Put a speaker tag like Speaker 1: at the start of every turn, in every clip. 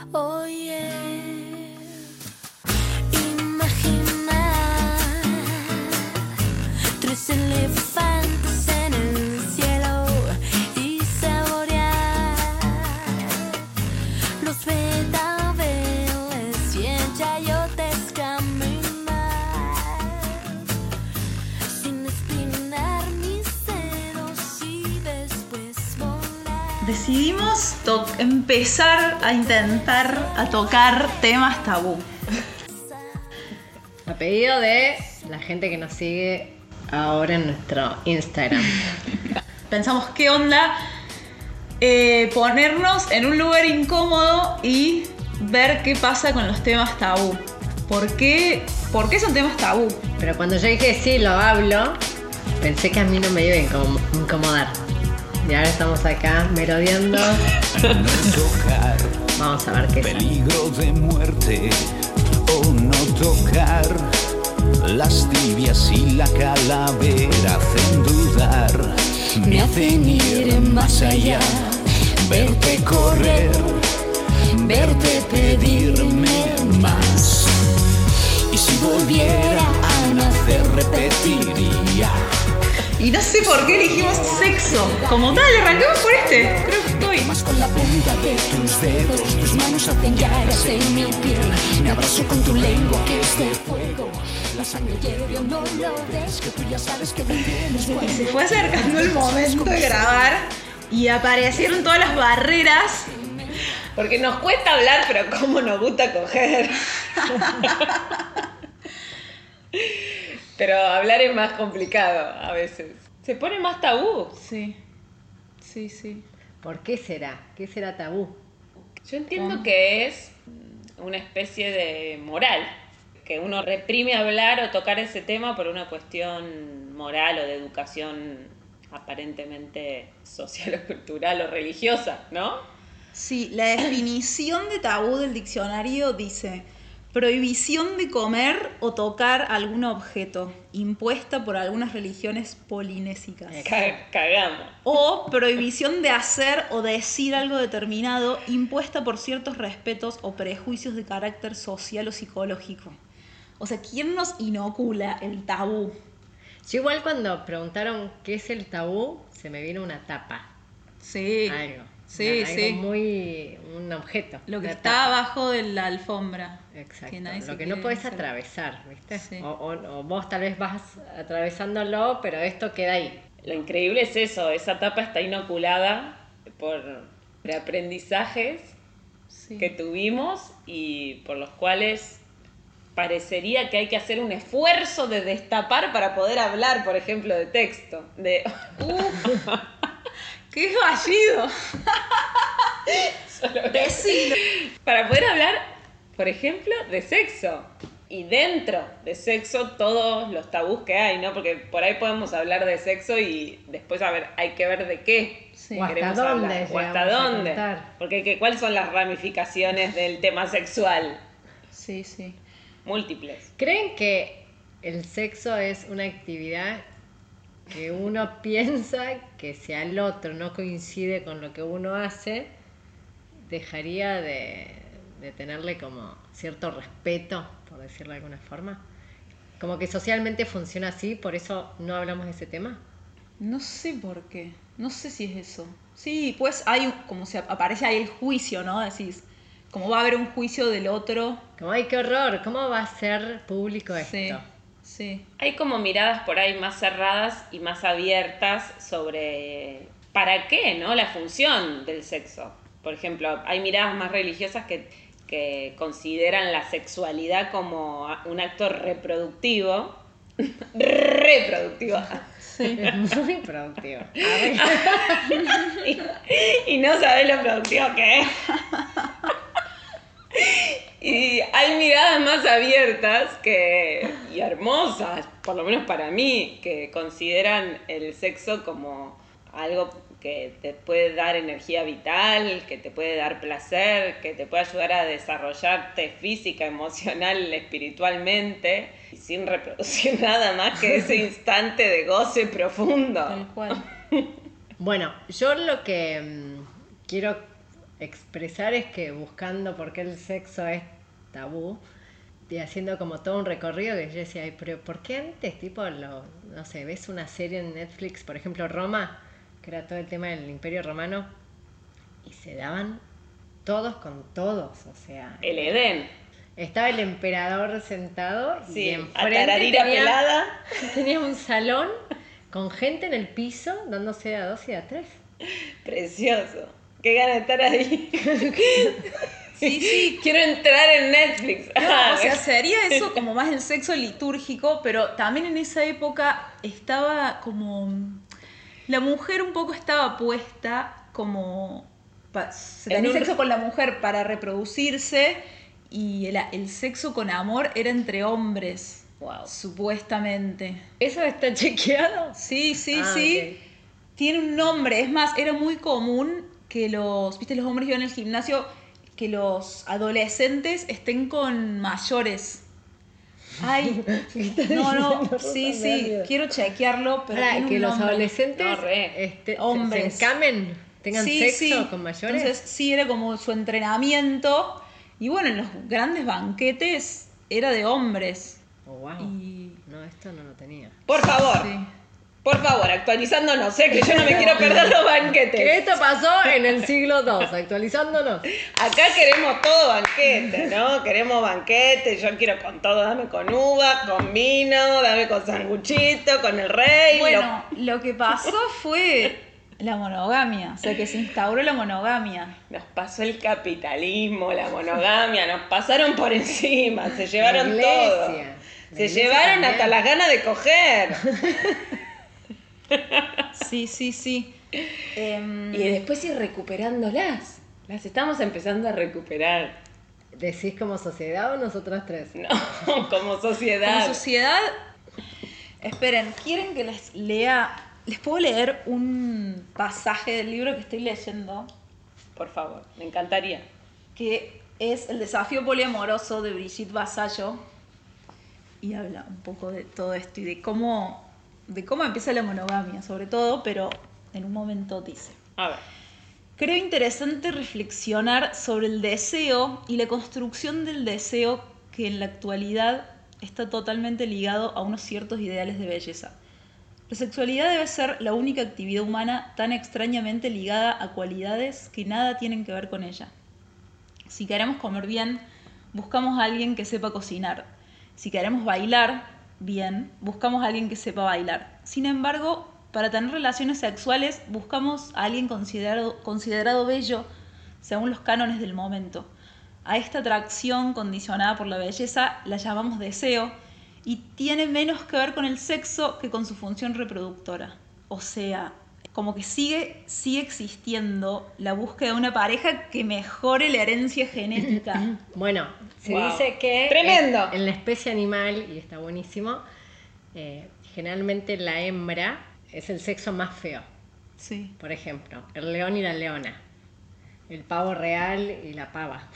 Speaker 1: Oh yeah. Imaginar 3 elefantes en el cielo y saborear los betabels y en chayotes caminar sin espinar mis dedos y después volar.
Speaker 2: Decidimos empezar a intentar a tocar temas tabú.
Speaker 3: A pedido de la gente que nos sigue ahora en nuestro Instagram.
Speaker 2: Pensamos qué onda ponernos en un lugar incómodo y ver qué pasa con los temas tabú. ¿Por qué son temas tabú?
Speaker 3: Pero cuando yo dije sí, lo hablo, pensé que a mí no me iba a incomodar. Y ahora estamos acá merodeando.
Speaker 4: No tocar,
Speaker 3: Vamos a ver qué es.
Speaker 4: peligro de muerte. O no tocar, las tibias y la calavera hacen dudar. Me hacen ir más allá, verte correr, verte pedirme más. Y si volviera a nacer repetiría.
Speaker 2: Y no sé por qué elegimos sexo. Como tal, arranquemos por este. Creo que estoy.
Speaker 4: Más con la punta de tus dedos, tus manos hacen llagas en mi piel. Me abrazo con tu lengua que es de fuego. La sangre hierve, no lo ves, que tú ya sabes que me tienes bueno.
Speaker 2: Se fue acercando el momento de grabar y aparecieron todas las barreras.
Speaker 3: Porque nos cuesta hablar, pero cómo nos gusta coger. Pero hablar es más complicado a veces. Se pone más tabú.
Speaker 2: Sí, sí, sí.
Speaker 3: ¿Por qué será? ¿Qué será tabú?
Speaker 5: Yo entiendo que es una especie de moral, que uno reprime hablar o tocar ese tema por una cuestión moral o de educación aparentemente social o cultural o religiosa, ¿no?
Speaker 2: Sí, la definición de tabú del diccionario dice: prohibición de comer o tocar algún objeto, impuesta por algunas religiones polinésicas.
Speaker 5: Cagamos.
Speaker 2: O prohibición de hacer o decir algo determinado, impuesta por ciertos respetos o prejuicios de carácter social o psicológico. O sea, ¿quién nos inocula el tabú?
Speaker 3: Yo igual cuando preguntaron qué es el tabú, se me vino una tapa.
Speaker 2: Sí,
Speaker 3: Algo.
Speaker 2: sí,
Speaker 3: Algo
Speaker 2: sí.
Speaker 3: un objeto.
Speaker 2: Lo que
Speaker 3: una
Speaker 2: está
Speaker 3: tapa.
Speaker 2: abajo de la alfombra.
Speaker 3: Exacto.
Speaker 2: Que nadie se
Speaker 3: Lo que no
Speaker 2: quiere
Speaker 3: podés
Speaker 2: hacer.
Speaker 3: atravesar, ¿viste?
Speaker 2: Sí.
Speaker 3: O vos tal vez vas atravesándolo, pero esto queda ahí.
Speaker 5: Lo increíble es eso, esa etapa está inoculada por aprendizajes
Speaker 2: Sí.
Speaker 5: que tuvimos y por los cuales parecería que hay que hacer un esfuerzo de destapar para poder hablar, por ejemplo, de texto.
Speaker 2: ¡Qué fallido! Decilo.
Speaker 5: Para poder hablar, por ejemplo, de sexo. Y dentro de sexo todos los tabús que hay, ¿no? Porque por ahí podemos hablar de sexo y después, a ver, hay que ver de qué
Speaker 2: Sí.
Speaker 3: O hasta
Speaker 5: queremos
Speaker 3: dónde
Speaker 5: hablar. O hasta
Speaker 3: llegamos a
Speaker 5: dónde.
Speaker 3: contar.
Speaker 5: Porque ¿cuáles son las ramificaciones del tema sexual?
Speaker 2: Sí, sí.
Speaker 5: Múltiples.
Speaker 3: ¿Creen que el sexo es una actividad que uno piensa que si al otro no coincide con lo que uno hace, dejaría de tenerle como cierto respeto, por decirlo de alguna forma? Como que socialmente funciona así, por eso no hablamos de ese tema.
Speaker 2: No sé por qué. No sé si es eso. Sí, pues hay como se aparece ahí el juicio, ¿no? Decís, como va a haber un juicio del otro.
Speaker 3: Como, ay, qué horror, ¿cómo va a ser público esto?
Speaker 2: Sí, sí.
Speaker 5: Hay como miradas por ahí más cerradas y más abiertas sobre para qué, ¿no? La función del sexo. Por ejemplo, hay miradas más religiosas que consideran la sexualidad como un acto reproductivo. Reproductivo.
Speaker 3: Sí, es muy productivo.
Speaker 5: Y no sabes lo productivo que es. Y hay miradas más abiertas y hermosas, por lo menos para mí, que consideran el sexo como algo que te puede dar energía vital, que te puede dar placer, que te puede ayudar a desarrollarte física, emocional, espiritualmente, y sin reproducir nada más que ese instante de goce profundo.
Speaker 2: Tal cual.
Speaker 3: Bueno, yo lo que quiero expresar es que buscando por qué el sexo es tabú y haciendo como todo un recorrido que yo decía, "Ay, pero ¿por qué antes, tipo, no sé, ves una serie en Netflix, por ejemplo, Roma, que era todo el tema del Imperio Romano, y se daban todos con todos, o sea,
Speaker 5: El Edén.
Speaker 3: estaba el emperador sentado y
Speaker 5: Sí,
Speaker 3: enfrente
Speaker 5: atararira pelada.
Speaker 3: tenía un salón con gente en el piso dándose de a 2 y de a 3.
Speaker 5: Precioso. Qué gana de estar ahí.
Speaker 2: Sí, sí.
Speaker 5: Quiero entrar en Netflix.
Speaker 2: No, o sea, sería eso como más el sexo litúrgico, pero también en esa época estaba como... La mujer un poco estaba puesta como... Se tenía sexo con la mujer para reproducirse y el sexo con amor era entre hombres,
Speaker 5: Wow.
Speaker 2: supuestamente.
Speaker 3: ¿Eso está chequeado?
Speaker 2: Sí, sí,
Speaker 3: Ah,
Speaker 2: sí.
Speaker 3: ok.
Speaker 2: Tiene un nombre. Es más, era muy común que los hombres iban al gimnasio, que los adolescentes estén con mayores. Ay, no, sí, quiero chequearlo, pero
Speaker 3: Para
Speaker 2: tiene
Speaker 3: que
Speaker 2: un
Speaker 3: los
Speaker 2: nombre.
Speaker 3: adolescentes
Speaker 5: No, re.
Speaker 2: Hombres.
Speaker 3: se encamen, tengan
Speaker 2: Sí,
Speaker 3: sexo
Speaker 2: sí.
Speaker 3: con mayores.
Speaker 2: Entonces, sí, era como su entrenamiento. Y bueno, en los grandes banquetes era de hombres.
Speaker 3: Oh, wow.
Speaker 2: Y...
Speaker 3: No, esto no lo tenía.
Speaker 5: Por favor.
Speaker 2: Sí.
Speaker 5: Por favor, actualizándonos, que yo no me quiero perder los banquetes.
Speaker 3: Que esto pasó en el siglo II, actualizándonos.
Speaker 5: Acá queremos todo banquete, ¿no? Queremos banquete, yo quiero con todo, dame con uva, con vino, dame con sanguchito, con el rey.
Speaker 2: Bueno, lo que pasó fue la monogamia, o sea que se instauró la monogamia.
Speaker 5: Nos pasó el capitalismo, la monogamia, nos pasaron por encima, se llevaron
Speaker 3: La iglesia.
Speaker 5: todo.
Speaker 3: La
Speaker 5: Se
Speaker 3: iglesia
Speaker 5: llevaron
Speaker 3: también.
Speaker 5: hasta las ganas de coger.
Speaker 2: Sí, sí, sí.
Speaker 5: Y después ir recuperándolas. Las estamos empezando a recuperar.
Speaker 3: ¿Decís como sociedad o nosotras tres?
Speaker 5: No, como sociedad.
Speaker 2: Como sociedad, esperen, ¿quieren que les lea? ¿Les puedo leer un pasaje del libro que estoy leyendo?
Speaker 5: Por favor, me encantaría.
Speaker 2: Que es El desafío poliamoroso de Brigitte Vasallo. Y habla un poco de todo esto y de cómo empieza la monogamia, sobre todo, pero en un momento dice:
Speaker 5: A ver.
Speaker 2: creo interesante reflexionar sobre el deseo y la construcción del deseo que en la actualidad está totalmente ligado a unos ciertos ideales de belleza. La sexualidad debe ser la única actividad humana tan extrañamente ligada a cualidades que nada tienen que ver con ella. Si queremos comer bien, buscamos a alguien que sepa cocinar. Si queremos bailar bien, buscamos a alguien que sepa bailar. Sin embargo, para tener relaciones sexuales, buscamos a alguien considerado bello según los cánones del momento. A esta atracción condicionada por la belleza la llamamos deseo y tiene menos que ver con el sexo que con su función reproductora. O sea, como que sigue existiendo la búsqueda de una pareja que mejore la herencia genética.
Speaker 3: Bueno, se
Speaker 5: Wow.
Speaker 3: dice que
Speaker 5: ¡Tremendo!
Speaker 3: en la especie animal, y está buenísimo, generalmente la hembra es el sexo más feo.
Speaker 2: Sí.
Speaker 3: Por ejemplo, el león y la leona, el pavo real y la pava.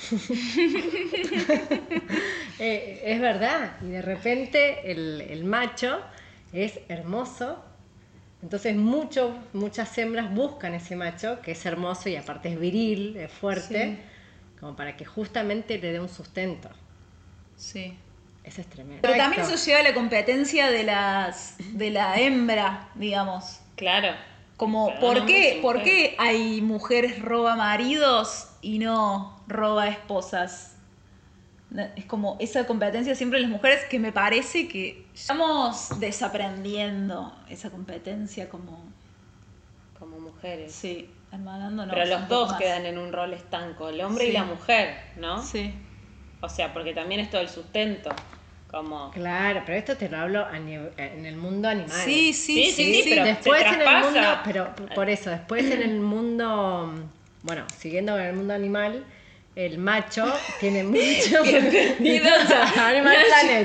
Speaker 3: Es verdad, y de repente el macho es hermoso, entonces muchas hembras buscan ese macho que es hermoso y aparte es viril, es fuerte, como para que justamente le dé un sustento.
Speaker 2: Sí.
Speaker 3: Eso es tremendo.
Speaker 2: Pero también
Speaker 3: Exacto.
Speaker 2: eso lleva a la competencia de la hembra, digamos.
Speaker 5: Claro.
Speaker 2: Como,
Speaker 5: Pero
Speaker 2: ¿por
Speaker 5: no,
Speaker 2: qué?
Speaker 5: no,
Speaker 2: ¿Por
Speaker 5: mujer.
Speaker 2: qué hay mujeres roba maridos y no roba esposas? Es como esa competencia siempre de las mujeres que me parece que estamos desaprendiendo esa competencia como,
Speaker 5: Como mujeres.
Speaker 2: sí, hermanándonos.
Speaker 5: Pero
Speaker 2: un
Speaker 5: los
Speaker 2: poco
Speaker 5: dos
Speaker 2: más.
Speaker 5: quedan en un rol estanco, el hombre
Speaker 2: Sí.
Speaker 5: y la mujer, ¿no?
Speaker 2: Sí.
Speaker 5: O sea, porque también es todo el sustento. Como.
Speaker 3: Claro, pero esto te lo hablo en el mundo animal.
Speaker 2: Sí, sí,
Speaker 5: Sí,
Speaker 2: sí,
Speaker 5: pero
Speaker 3: después
Speaker 5: se
Speaker 3: en el
Speaker 5: traspasa.
Speaker 3: mundo, pero por eso, después en el mundo, bueno, siguiendo con el mundo animal, el macho tiene mucho.
Speaker 5: Bienvenidos a
Speaker 3: Animal Planet.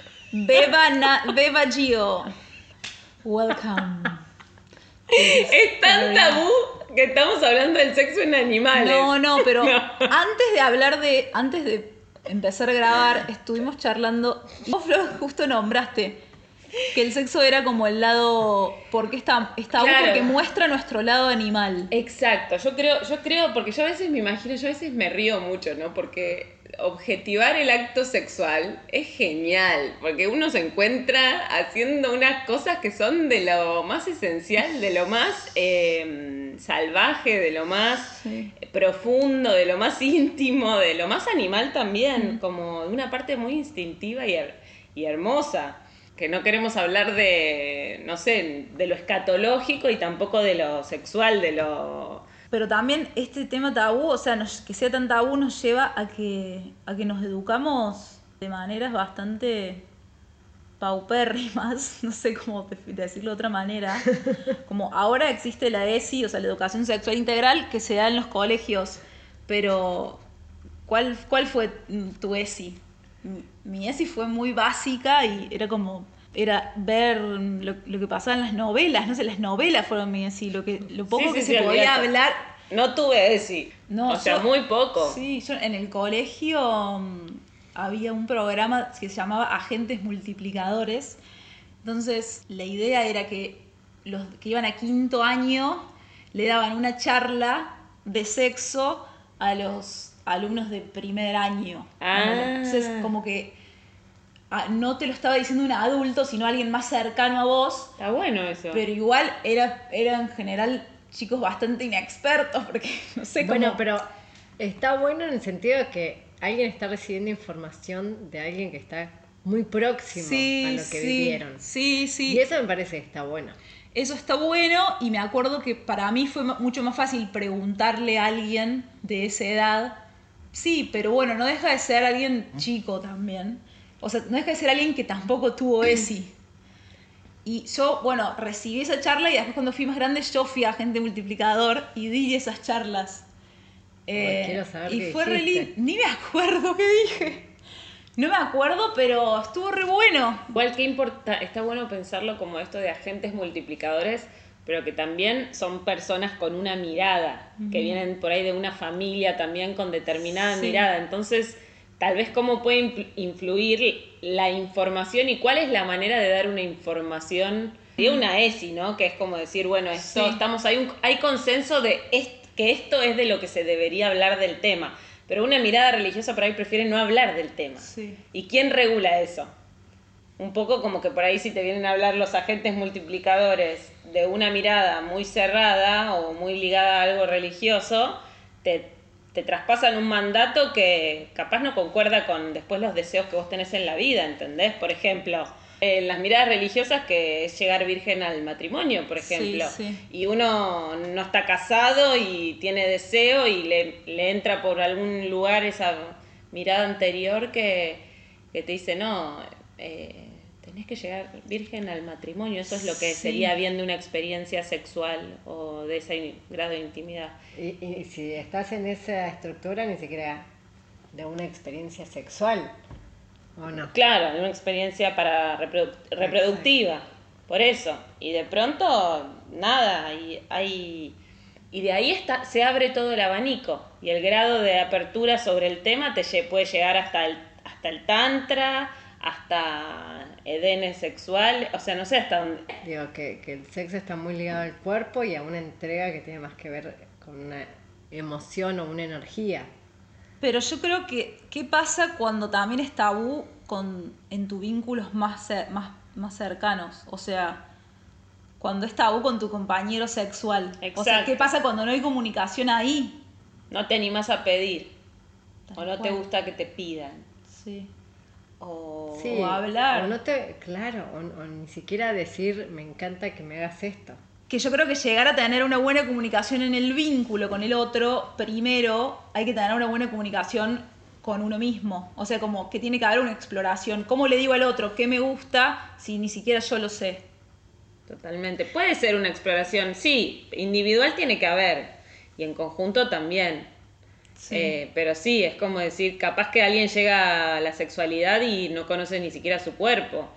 Speaker 2: Beba Gio. Welcome.
Speaker 5: Es tan tabú que estamos hablando del sexo en animales.
Speaker 2: No, pero
Speaker 5: No.
Speaker 2: antes de empezar a grabar, estuvimos charlando. Vos, Flor, justo nombraste Que el sexo era como el lado... ¿Por qué está tabú?
Speaker 5: Claro.
Speaker 2: Porque muestra nuestro lado animal.
Speaker 5: Exacto, yo creo, porque yo a veces me imagino, yo a veces me río mucho, ¿no? Porque objetivar el acto sexual es genial, porque uno se encuentra haciendo unas cosas que son de lo más esencial, de lo más salvaje, de lo más profundo, de lo más íntimo, de lo más animal también, como de una parte muy instintiva y hermosa. Que no queremos hablar de, no sé, de lo escatológico y tampoco de lo sexual, de lo...
Speaker 2: Pero también este tema tabú, o sea, que sea tan tabú nos lleva a que nos educamos de maneras bastante paupérrimas, no sé cómo decirlo de otra manera. Como ahora existe la ESI, o sea, la educación sexual integral, que se da en los colegios. Pero, ¿cuál fue tu ESI? Mi ESI fue muy básica y era ver lo que pasaba en las novelas, no sé, las novelas fueron mi ESI, lo poco que se podía
Speaker 5: olvidate.
Speaker 2: hablar.
Speaker 5: No tuve ESI,
Speaker 2: No,
Speaker 5: o sea, muy poco.
Speaker 2: Sí, yo en el colegio había un programa que se llamaba Agentes Multiplicadores. Entonces, la idea era que los que iban a 5º año le daban una charla de sexo a los alumnos de 1er año. Entonces, como que no te lo estaba diciendo un adulto, sino alguien más cercano a vos.
Speaker 5: Está bueno eso.
Speaker 2: Pero igual era en general chicos bastante inexpertos, porque no sé cómo...
Speaker 3: Bueno, pero está bueno en el sentido de que alguien está recibiendo información de alguien que está muy próximo a lo que vivieron.
Speaker 2: Sí.
Speaker 3: Y eso me parece que está bueno.
Speaker 2: Eso está bueno, y me acuerdo que para mí fue mucho más fácil preguntarle a alguien de esa edad. Sí, pero bueno, no deja de ser alguien chico también. O sea, no deja de ser alguien que tampoco tuvo ESI. Y yo, bueno, recibí esa charla y después cuando fui más grande yo fui agente multiplicador y di esas charlas.
Speaker 3: Quiero saber
Speaker 2: y
Speaker 3: qué
Speaker 2: fue
Speaker 3: dijiste.
Speaker 2: ni me acuerdo qué dije. No me acuerdo, pero estuvo re bueno.
Speaker 5: Igual que está bueno pensarlo como esto de agentes multiplicadores, pero que también son personas con una mirada, que vienen por ahí de una familia también con determinada mirada. Entonces, tal vez cómo puede influir la información y cuál es la manera de dar una información de una ESI, ¿no? Que es como decir, bueno, esto estamos hay consenso de que esto es de lo que se debería hablar del tema. Pero una mirada religiosa por ahí prefiere no hablar del tema.
Speaker 2: Sí.
Speaker 5: ¿Y quién regula eso? Un poco como que por ahí si te vienen a hablar los agentes multiplicadores de una mirada muy cerrada o muy ligada a algo religioso, te traspasan un mandato que capaz no concuerda con después los deseos que vos tenés en la vida, ¿entendés? Por ejemplo, las miradas religiosas que es llegar virgen al matrimonio, por ejemplo.
Speaker 2: Sí.
Speaker 5: Y uno no está casado y tiene deseo y le entra por algún lugar esa mirada anterior que te dice, no, tenés que llegar virgen al matrimonio. Eso es lo que sería bien de una experiencia sexual o de ese grado de intimidad.
Speaker 3: Y si estás en esa estructura, ni siquiera de una experiencia sexual, ¿o no?
Speaker 5: Claro, de una experiencia para reproductiva, por eso. Y de pronto, nada, y de ahí se abre todo el abanico. Y el grado de apertura sobre el tema puede llegar hasta el tantra, hasta edén sexual, o sea, no sé hasta dónde.
Speaker 3: Digo, que el sexo está muy ligado al cuerpo y a una entrega que tiene más que ver con una emoción o una energía.
Speaker 2: Pero yo creo que, ¿qué pasa cuando también es tabú en tus vínculos más cercanos? O sea, cuando es tabú con tu compañero sexual.
Speaker 5: Exacto.
Speaker 2: O sea, ¿qué pasa cuando no hay comunicación ahí?
Speaker 5: No te animás a pedir,
Speaker 2: Tal
Speaker 5: o no te
Speaker 2: cual.
Speaker 5: gusta que te pidan,
Speaker 2: Sí.
Speaker 5: o...
Speaker 3: Sí,
Speaker 2: O hablar.
Speaker 3: O no claro, o ni siquiera decir, me encanta que me hagas esto.
Speaker 2: Que yo creo que llegar a tener una buena comunicación en el vínculo con el otro, primero hay que tener una buena comunicación con uno mismo. O sea, como que tiene que haber una exploración. ¿Cómo le digo al otro qué me gusta si ni siquiera yo lo sé?
Speaker 5: Totalmente. Puede ser una exploración, sí, individual tiene que haber, y en conjunto también.
Speaker 2: Sí.
Speaker 5: Pero sí, es como decir, capaz que alguien llega a la sexualidad y no conoce ni siquiera su cuerpo.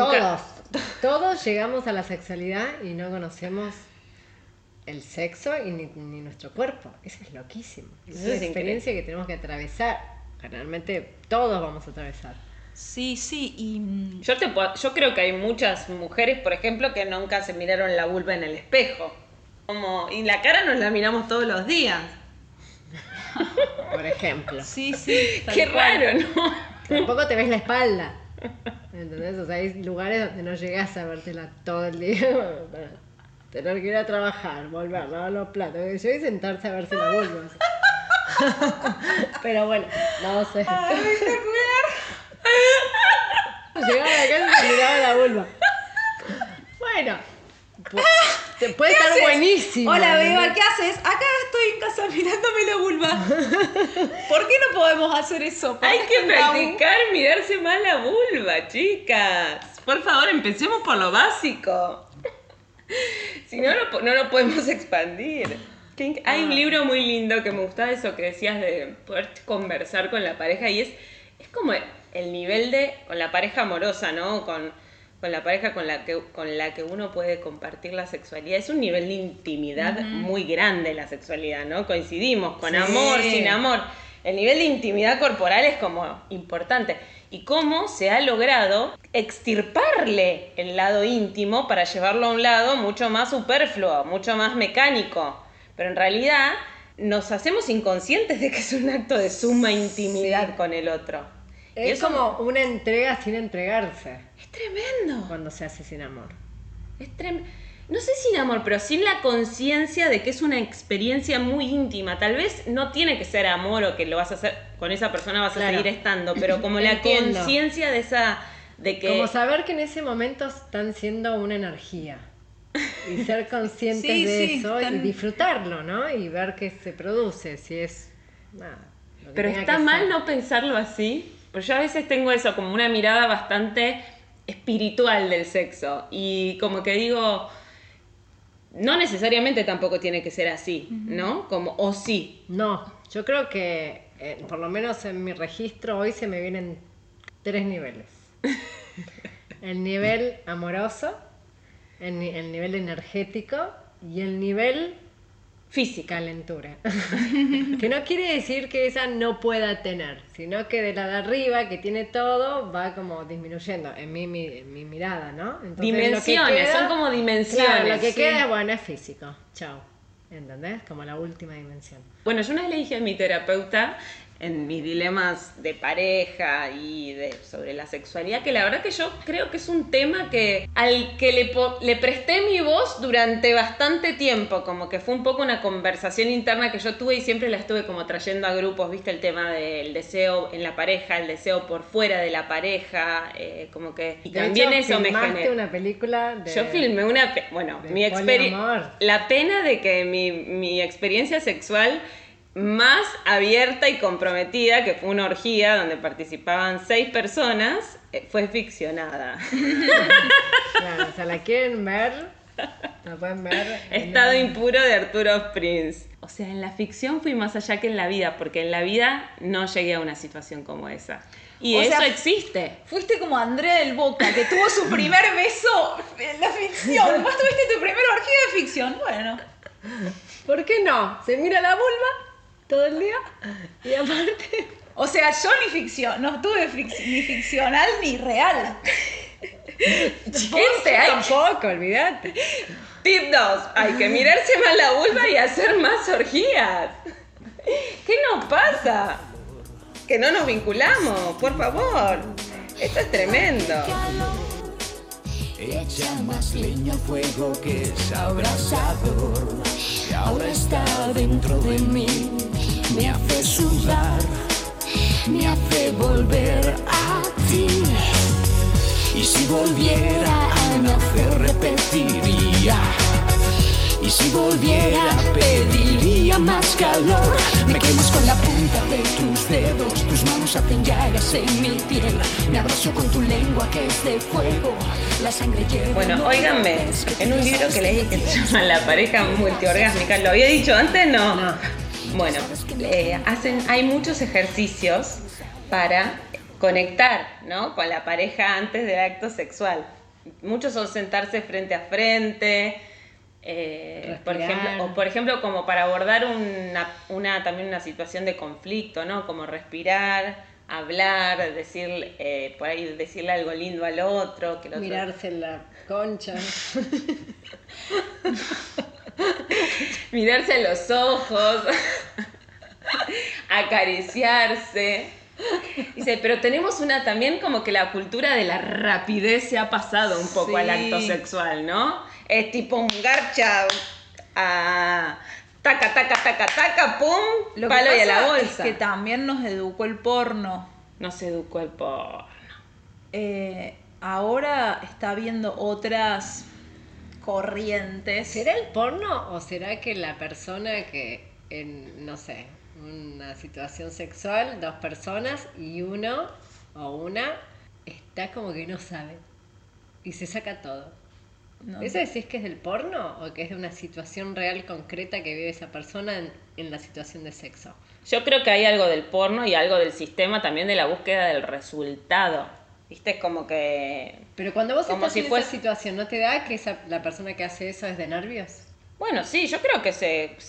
Speaker 3: Todos llegamos a la sexualidad y no conocemos el sexo y ni nuestro cuerpo. Eso es loquísimo. Es
Speaker 5: Eso
Speaker 3: una
Speaker 5: es
Speaker 3: experiencia que tenemos que atravesar. Generalmente todos vamos a atravesar.
Speaker 2: Sí, sí, y
Speaker 5: Yo creo que hay muchas mujeres, por ejemplo, que nunca se miraron la vulva en el espejo. Y la cara nos la miramos todos los días.
Speaker 3: Por ejemplo.
Speaker 2: sí, sí. tal
Speaker 5: Qué
Speaker 2: cual.
Speaker 5: raro, ¿no?
Speaker 3: Tampoco te ves la espalda. ¿Entendés? O sea, hay lugares donde no llegás a vértela todo el día para tener que ir a trabajar, volver, lavar los platos. Yo y sentarse a verse la vulva. Pero bueno, no sé. Llegaba a la casa y se miraba la vulva. Bueno, te puede estar
Speaker 2: haces?
Speaker 3: buenísimo.
Speaker 2: Hola,
Speaker 3: ¿entendés?
Speaker 2: Beba, ¿qué haces? Acá estoy en casa mirándome la vulva. ¿Por qué no podemos hacer eso?
Speaker 5: Hay que
Speaker 2: Ponete un tabú.
Speaker 5: practicar mirarse más la vulva, chicas. Por favor, empecemos por lo básico. Si no, no lo podemos expandir. Hay un libro muy lindo que me gustaba eso que decías de poder conversar con la pareja y es como el nivel con la pareja amorosa, ¿no? Con la pareja con la que uno puede compartir la sexualidad. Es un nivel de intimidad muy grande la sexualidad, ¿no? Coincidimos con
Speaker 3: Sí.
Speaker 5: amor, sin amor. El nivel de intimidad corporal es como importante. Y cómo se ha logrado extirparle el lado íntimo para llevarlo a un lado mucho más superfluo, mucho más mecánico. Pero en realidad nos hacemos inconscientes de que es un acto de suma intimidad con el otro. Y
Speaker 3: Es
Speaker 5: eso
Speaker 3: como una entrega sin entregarse
Speaker 5: es tremendo.
Speaker 3: cuando se hace sin amor.
Speaker 5: Es no sé sin amor, pero sin la conciencia de que es una experiencia muy íntima. Tal vez no tiene que ser amor o que lo vas a hacer con esa persona, vas a
Speaker 3: Claro.
Speaker 5: seguir estando, pero como la
Speaker 3: Entiendo.
Speaker 5: conciencia de que
Speaker 3: Como saber que en ese momento están siendo una energía. Y ser conscientes
Speaker 2: Sí,
Speaker 3: de
Speaker 2: sí,
Speaker 3: eso
Speaker 2: están-
Speaker 3: y disfrutarlo, ¿no? Y ver qué se produce, si es nada. lo que
Speaker 5: Pero
Speaker 3: tenga
Speaker 5: está
Speaker 3: que
Speaker 5: mal
Speaker 3: ser.
Speaker 5: no pensarlo así. Pero yo a veces tengo eso, como una mirada bastante espiritual del sexo. Y como que digo, no necesariamente tampoco tiene que ser así, ¿no? Como, o sí.
Speaker 3: No, yo creo que por lo menos en mi registro hoy se me vienen 3 niveles. El nivel amoroso, el nivel energético y el nivel
Speaker 5: Física.
Speaker 3: calentura. Que no quiere decir que esa no pueda tener, sino que de la de arriba, que tiene todo, va como disminuyendo en mi mirada, ¿no? Entonces, lo que
Speaker 5: Dimensiones,
Speaker 3: queda-
Speaker 5: son como dimensiones.
Speaker 3: Claro, lo que
Speaker 5: sí.
Speaker 3: queda, bueno, es físico. Chao. ¿Entendés? Como la última dimensión.
Speaker 5: Bueno, yo una vez le dije a mi terapeuta en mis dilemas de pareja y sobre la sexualidad, que la verdad que yo creo que es un tema al que le presté mi voz durante bastante tiempo, como que fue un poco una conversación interna que yo tuve y siempre la estuve como trayendo a grupos, viste, el tema del deseo en la pareja, el deseo por fuera de la pareja, como que... Y
Speaker 3: De
Speaker 5: también
Speaker 3: hecho,
Speaker 5: eso me
Speaker 3: filmaste
Speaker 5: generó...
Speaker 3: una película de...
Speaker 5: Yo filmé
Speaker 3: de
Speaker 5: mi experiencia,
Speaker 3: poliamor.
Speaker 5: la pena de que mi experiencia sexual más abierta y comprometida, que fue una orgía donde participaban 6 personas, fue ficcionada.
Speaker 3: Claro, o sea, la quieren ver, la pueden ver.
Speaker 5: Estado impuro de Arturo Prince. O sea, en la ficción fui más allá que en la vida, porque en la vida no llegué a una situación como esa. Y
Speaker 2: O
Speaker 5: eso
Speaker 2: sea,
Speaker 5: existe.
Speaker 2: Fuiste como Andrea del Boca, que tuvo su primer beso en la ficción. Vos tuviste tu primera orgía de ficción. Bueno.
Speaker 3: ¿Por qué no? Se mira la vulva todo el día y aparte...
Speaker 2: O sea, yo no tuve ni ficcional ni real.
Speaker 5: Gente,
Speaker 3: Tampoco, olvídate.
Speaker 5: Tip 2. Hay que mirarse más la vulva y hacer más orgías. ¿Qué nos pasa? Que no nos vinculamos, por favor. Esto es tremendo.
Speaker 4: Echa más leña al fuego que es abrasador. Y ahora está dentro de mí. Me hace sudar, me hace volver a ti. Y si volviera a nacer repetiría. Y si volviera pediría más calor. Me quemas con la punta de tus dedos. Tus manos hacen llagas en mi piel. Me abrazo con tu lengua que es de fuego. La sangre lleva.
Speaker 5: Bueno, óiganme, en un libro que leí que se llama La pareja multiorgásmica, ¿lo había dicho antes? No.
Speaker 3: No.
Speaker 5: Bueno, hay muchos ejercicios para conectar, ¿no?, con la pareja antes del acto sexual. Muchos son sentarse frente a frente, por ejemplo, como para abordar también una situación de conflicto, ¿no? Como respirar hablar, decir, por ahí decirle algo lindo al otro, que el otro...
Speaker 3: Mirarse en la concha.
Speaker 5: Mirarse a los ojos, acariciarse. Dice, pero tenemos una también como que la cultura de la rapidez se ha pasado un poco al acto sexual, ¿no? Es tipo un garcha a taca, taca, taca, taca, pum,
Speaker 2: Lo
Speaker 5: palo
Speaker 2: que
Speaker 5: y a la
Speaker 2: pasa
Speaker 5: bolsa.
Speaker 2: es que también nos educó el porno.
Speaker 5: Nos educó el porno.
Speaker 2: Ahora está habiendo otras corrientes.
Speaker 3: ¿Será el porno o será que la persona que en, no sé, una situación sexual, dos personas y uno o una está como que no sabe y se saca todo?
Speaker 2: No,
Speaker 3: ¿Eso decís que es del porno o que es de una situación real concreta que vive esa persona en la situación de sexo?
Speaker 5: Yo creo que hay algo del porno y algo del sistema también de la búsqueda del resultado. ¿Viste? Es como que...
Speaker 3: Pero cuando vos
Speaker 5: Como
Speaker 3: estás
Speaker 5: si
Speaker 3: en
Speaker 5: fuese-
Speaker 3: esa situación, ¿no te da que la persona que hace eso es de nervios?
Speaker 5: Bueno, sí, yo creo que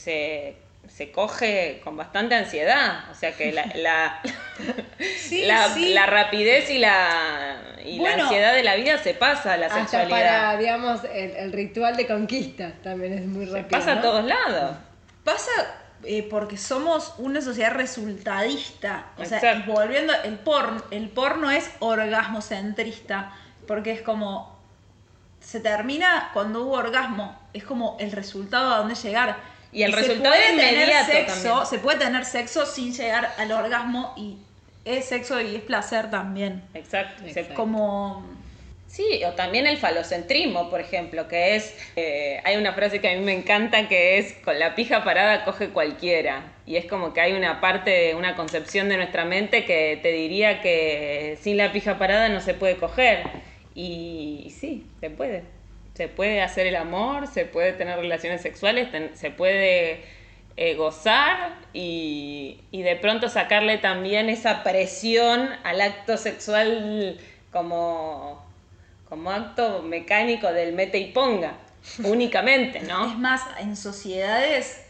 Speaker 5: se coge con bastante ansiedad. O sea que la
Speaker 2: Sí,
Speaker 5: la,
Speaker 2: sí.
Speaker 5: la rapidez y la
Speaker 2: Bueno,
Speaker 5: ansiedad de la vida se pasa a la
Speaker 3: Hasta
Speaker 5: sexualidad.
Speaker 3: para, digamos, el ritual de conquista también es muy rápido.
Speaker 5: Pasa
Speaker 3: ¿no?
Speaker 5: a todos lados.
Speaker 2: Pasa porque somos una sociedad resultadista. O sea,
Speaker 5: Exacto.
Speaker 2: volviendo, el porno es orgasmocentrista. Porque es como, se termina cuando hubo orgasmo. Es como el resultado a dónde llegar.
Speaker 5: Y el
Speaker 2: se
Speaker 5: resultado
Speaker 2: puede
Speaker 5: es
Speaker 2: tener
Speaker 5: inmediato
Speaker 2: sexo,
Speaker 5: también.
Speaker 2: se puede tener sexo sin llegar al orgasmo y es sexo y es placer también.
Speaker 5: Exacto.
Speaker 3: Exacto.
Speaker 2: Como...
Speaker 5: Sí, o también el falocentrismo, por ejemplo, que es, hay una frase que a mí me encanta que es, con la pija parada coge cualquiera. Y es como que hay una parte, una concepción de nuestra mente que te diría que sin la pija parada no se puede coger. Y sí, se puede. Se puede hacer el amor, se puede tener relaciones sexuales, se puede gozar y de pronto sacarle también esa presión al acto sexual como acto mecánico del mete y ponga, únicamente,
Speaker 2: Es
Speaker 5: ¿no?
Speaker 2: más, en sociedades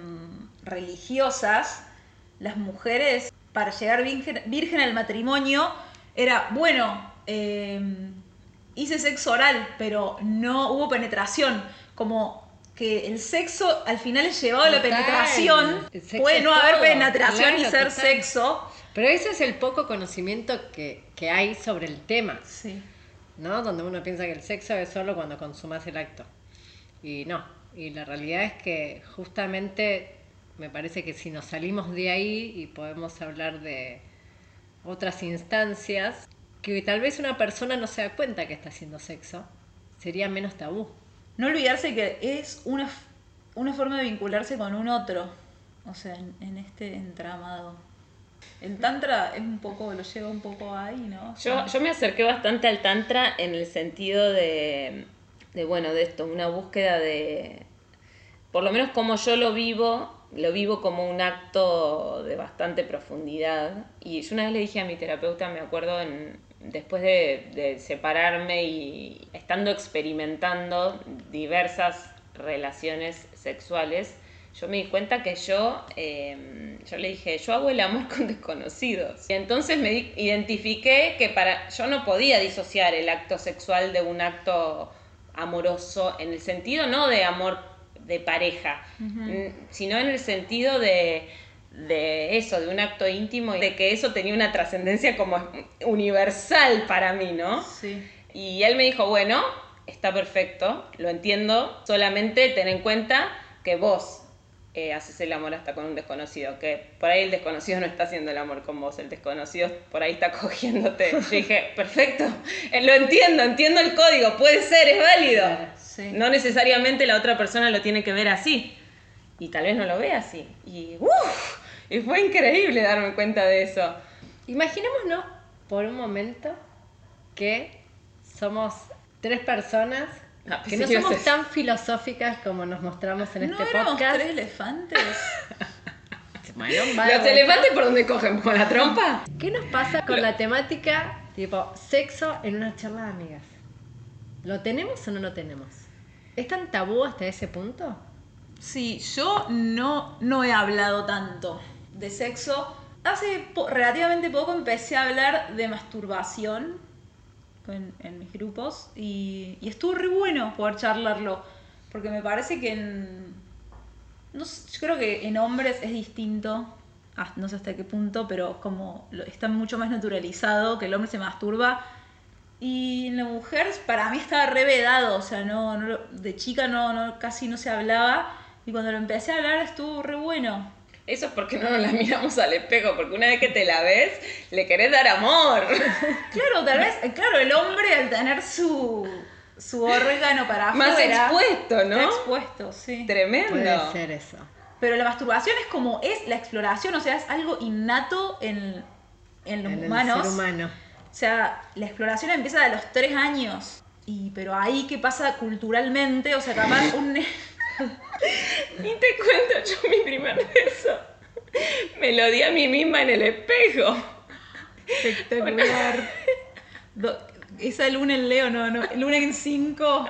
Speaker 2: religiosas, las mujeres, para llegar virgen al matrimonio, era, bueno, hice sexo oral, pero no hubo penetración. Como que el sexo al final es llevado a la
Speaker 3: Total.
Speaker 2: penetración.
Speaker 3: El sexo
Speaker 2: Puede
Speaker 3: es
Speaker 2: no haber
Speaker 3: todo,
Speaker 2: penetración y
Speaker 3: claro,
Speaker 2: ser
Speaker 3: total.
Speaker 2: sexo.
Speaker 3: Pero ese es el poco conocimiento que hay sobre el tema,
Speaker 2: Sí.
Speaker 3: ¿no? Donde uno piensa que el sexo es solo cuando consumas el acto. Y no. Y la realidad es que justamente me parece que si nos salimos de ahí y podemos hablar de otras instancias, que tal vez una persona no se da cuenta que está haciendo sexo, sería menos tabú.
Speaker 2: No olvidarse que es una forma de vincularse con un otro. O sea, en este entramado. El tantra es un poco, lo lleva un poco ahí, ¿no? O sea,
Speaker 5: Yo me acerqué bastante al tantra en el sentido de bueno, de esto, una búsqueda de, por lo menos como yo lo vivo como un acto de bastante profundidad. Y yo una vez le dije a mi terapeuta, me acuerdo, después de separarme y estando experimentando diversas relaciones sexuales, yo me di cuenta que yo le dije, yo hago el amor con desconocidos. Y entonces identifiqué que yo no podía disociar el acto sexual de un acto amoroso, en el sentido no de amor de pareja, sino en el sentido de eso, de un acto íntimo, y de que eso tenía una trascendencia como universal para mí, ¿no?
Speaker 2: Sí.
Speaker 5: Y él me dijo, bueno, está perfecto, lo entiendo, solamente ten en cuenta que vos haces el amor hasta con un desconocido, que por ahí el desconocido no está haciendo el amor con vos, el desconocido por ahí está cogiéndote. Yo dije, perfecto, lo entiendo el código, puede ser, es válido.
Speaker 3: Claro,
Speaker 2: sí.
Speaker 5: No necesariamente la otra persona lo tiene que ver así, y tal vez no lo ve así. Y fue increíble darme cuenta de eso.
Speaker 3: Imaginémonos por un momento que somos 3 personas
Speaker 5: Ah,
Speaker 3: que no
Speaker 5: sí,
Speaker 3: somos
Speaker 5: ibas a-
Speaker 3: tan filosóficas como nos mostramos en
Speaker 2: ¿No
Speaker 3: este
Speaker 2: éramos
Speaker 3: podcast.
Speaker 2: 3 elefantes?
Speaker 3: Bueno,
Speaker 5: ¿Los elefantes por dónde cogen? ¿Con la trompa?
Speaker 3: ¿Qué nos pasa con la temática tipo sexo en una charla de amigas? ¿Lo tenemos o no lo tenemos? ¿Es tan tabú hasta ese punto?
Speaker 2: Sí, yo no he hablado tanto de sexo. relativamente poco empecé a hablar de masturbación en mis grupos y estuvo re bueno poder charlarlo, porque me parece que no sé, yo creo que en hombres es distinto, no sé hasta qué punto, pero como está mucho más naturalizado que el hombre se masturba. Y en la mujer para mí estaba re vedado, o sea, de chica casi no se hablaba, y cuando lo empecé a hablar estuvo re bueno.
Speaker 5: Eso es porque no nos la miramos al espejo, porque una vez que te la ves, le querés dar amor.
Speaker 2: Claro, tal vez, el hombre al tener su órgano para afuera...
Speaker 5: Más expuesto, ¿no?
Speaker 2: Está expuesto, sí.
Speaker 5: Tremendo.
Speaker 3: Puede ser eso.
Speaker 2: Pero la masturbación es la exploración, o sea, es algo innato en los humanos.
Speaker 3: El ser humano.
Speaker 2: O sea, la exploración empieza a los 3 años. Pero ahí, ¿qué pasa culturalmente? O sea, capaz
Speaker 5: Ni te cuento, yo mi primer beso me lo di a mí misma en el espejo.
Speaker 2: Espectacular. Esa luna en Leo, no. Luna en 5.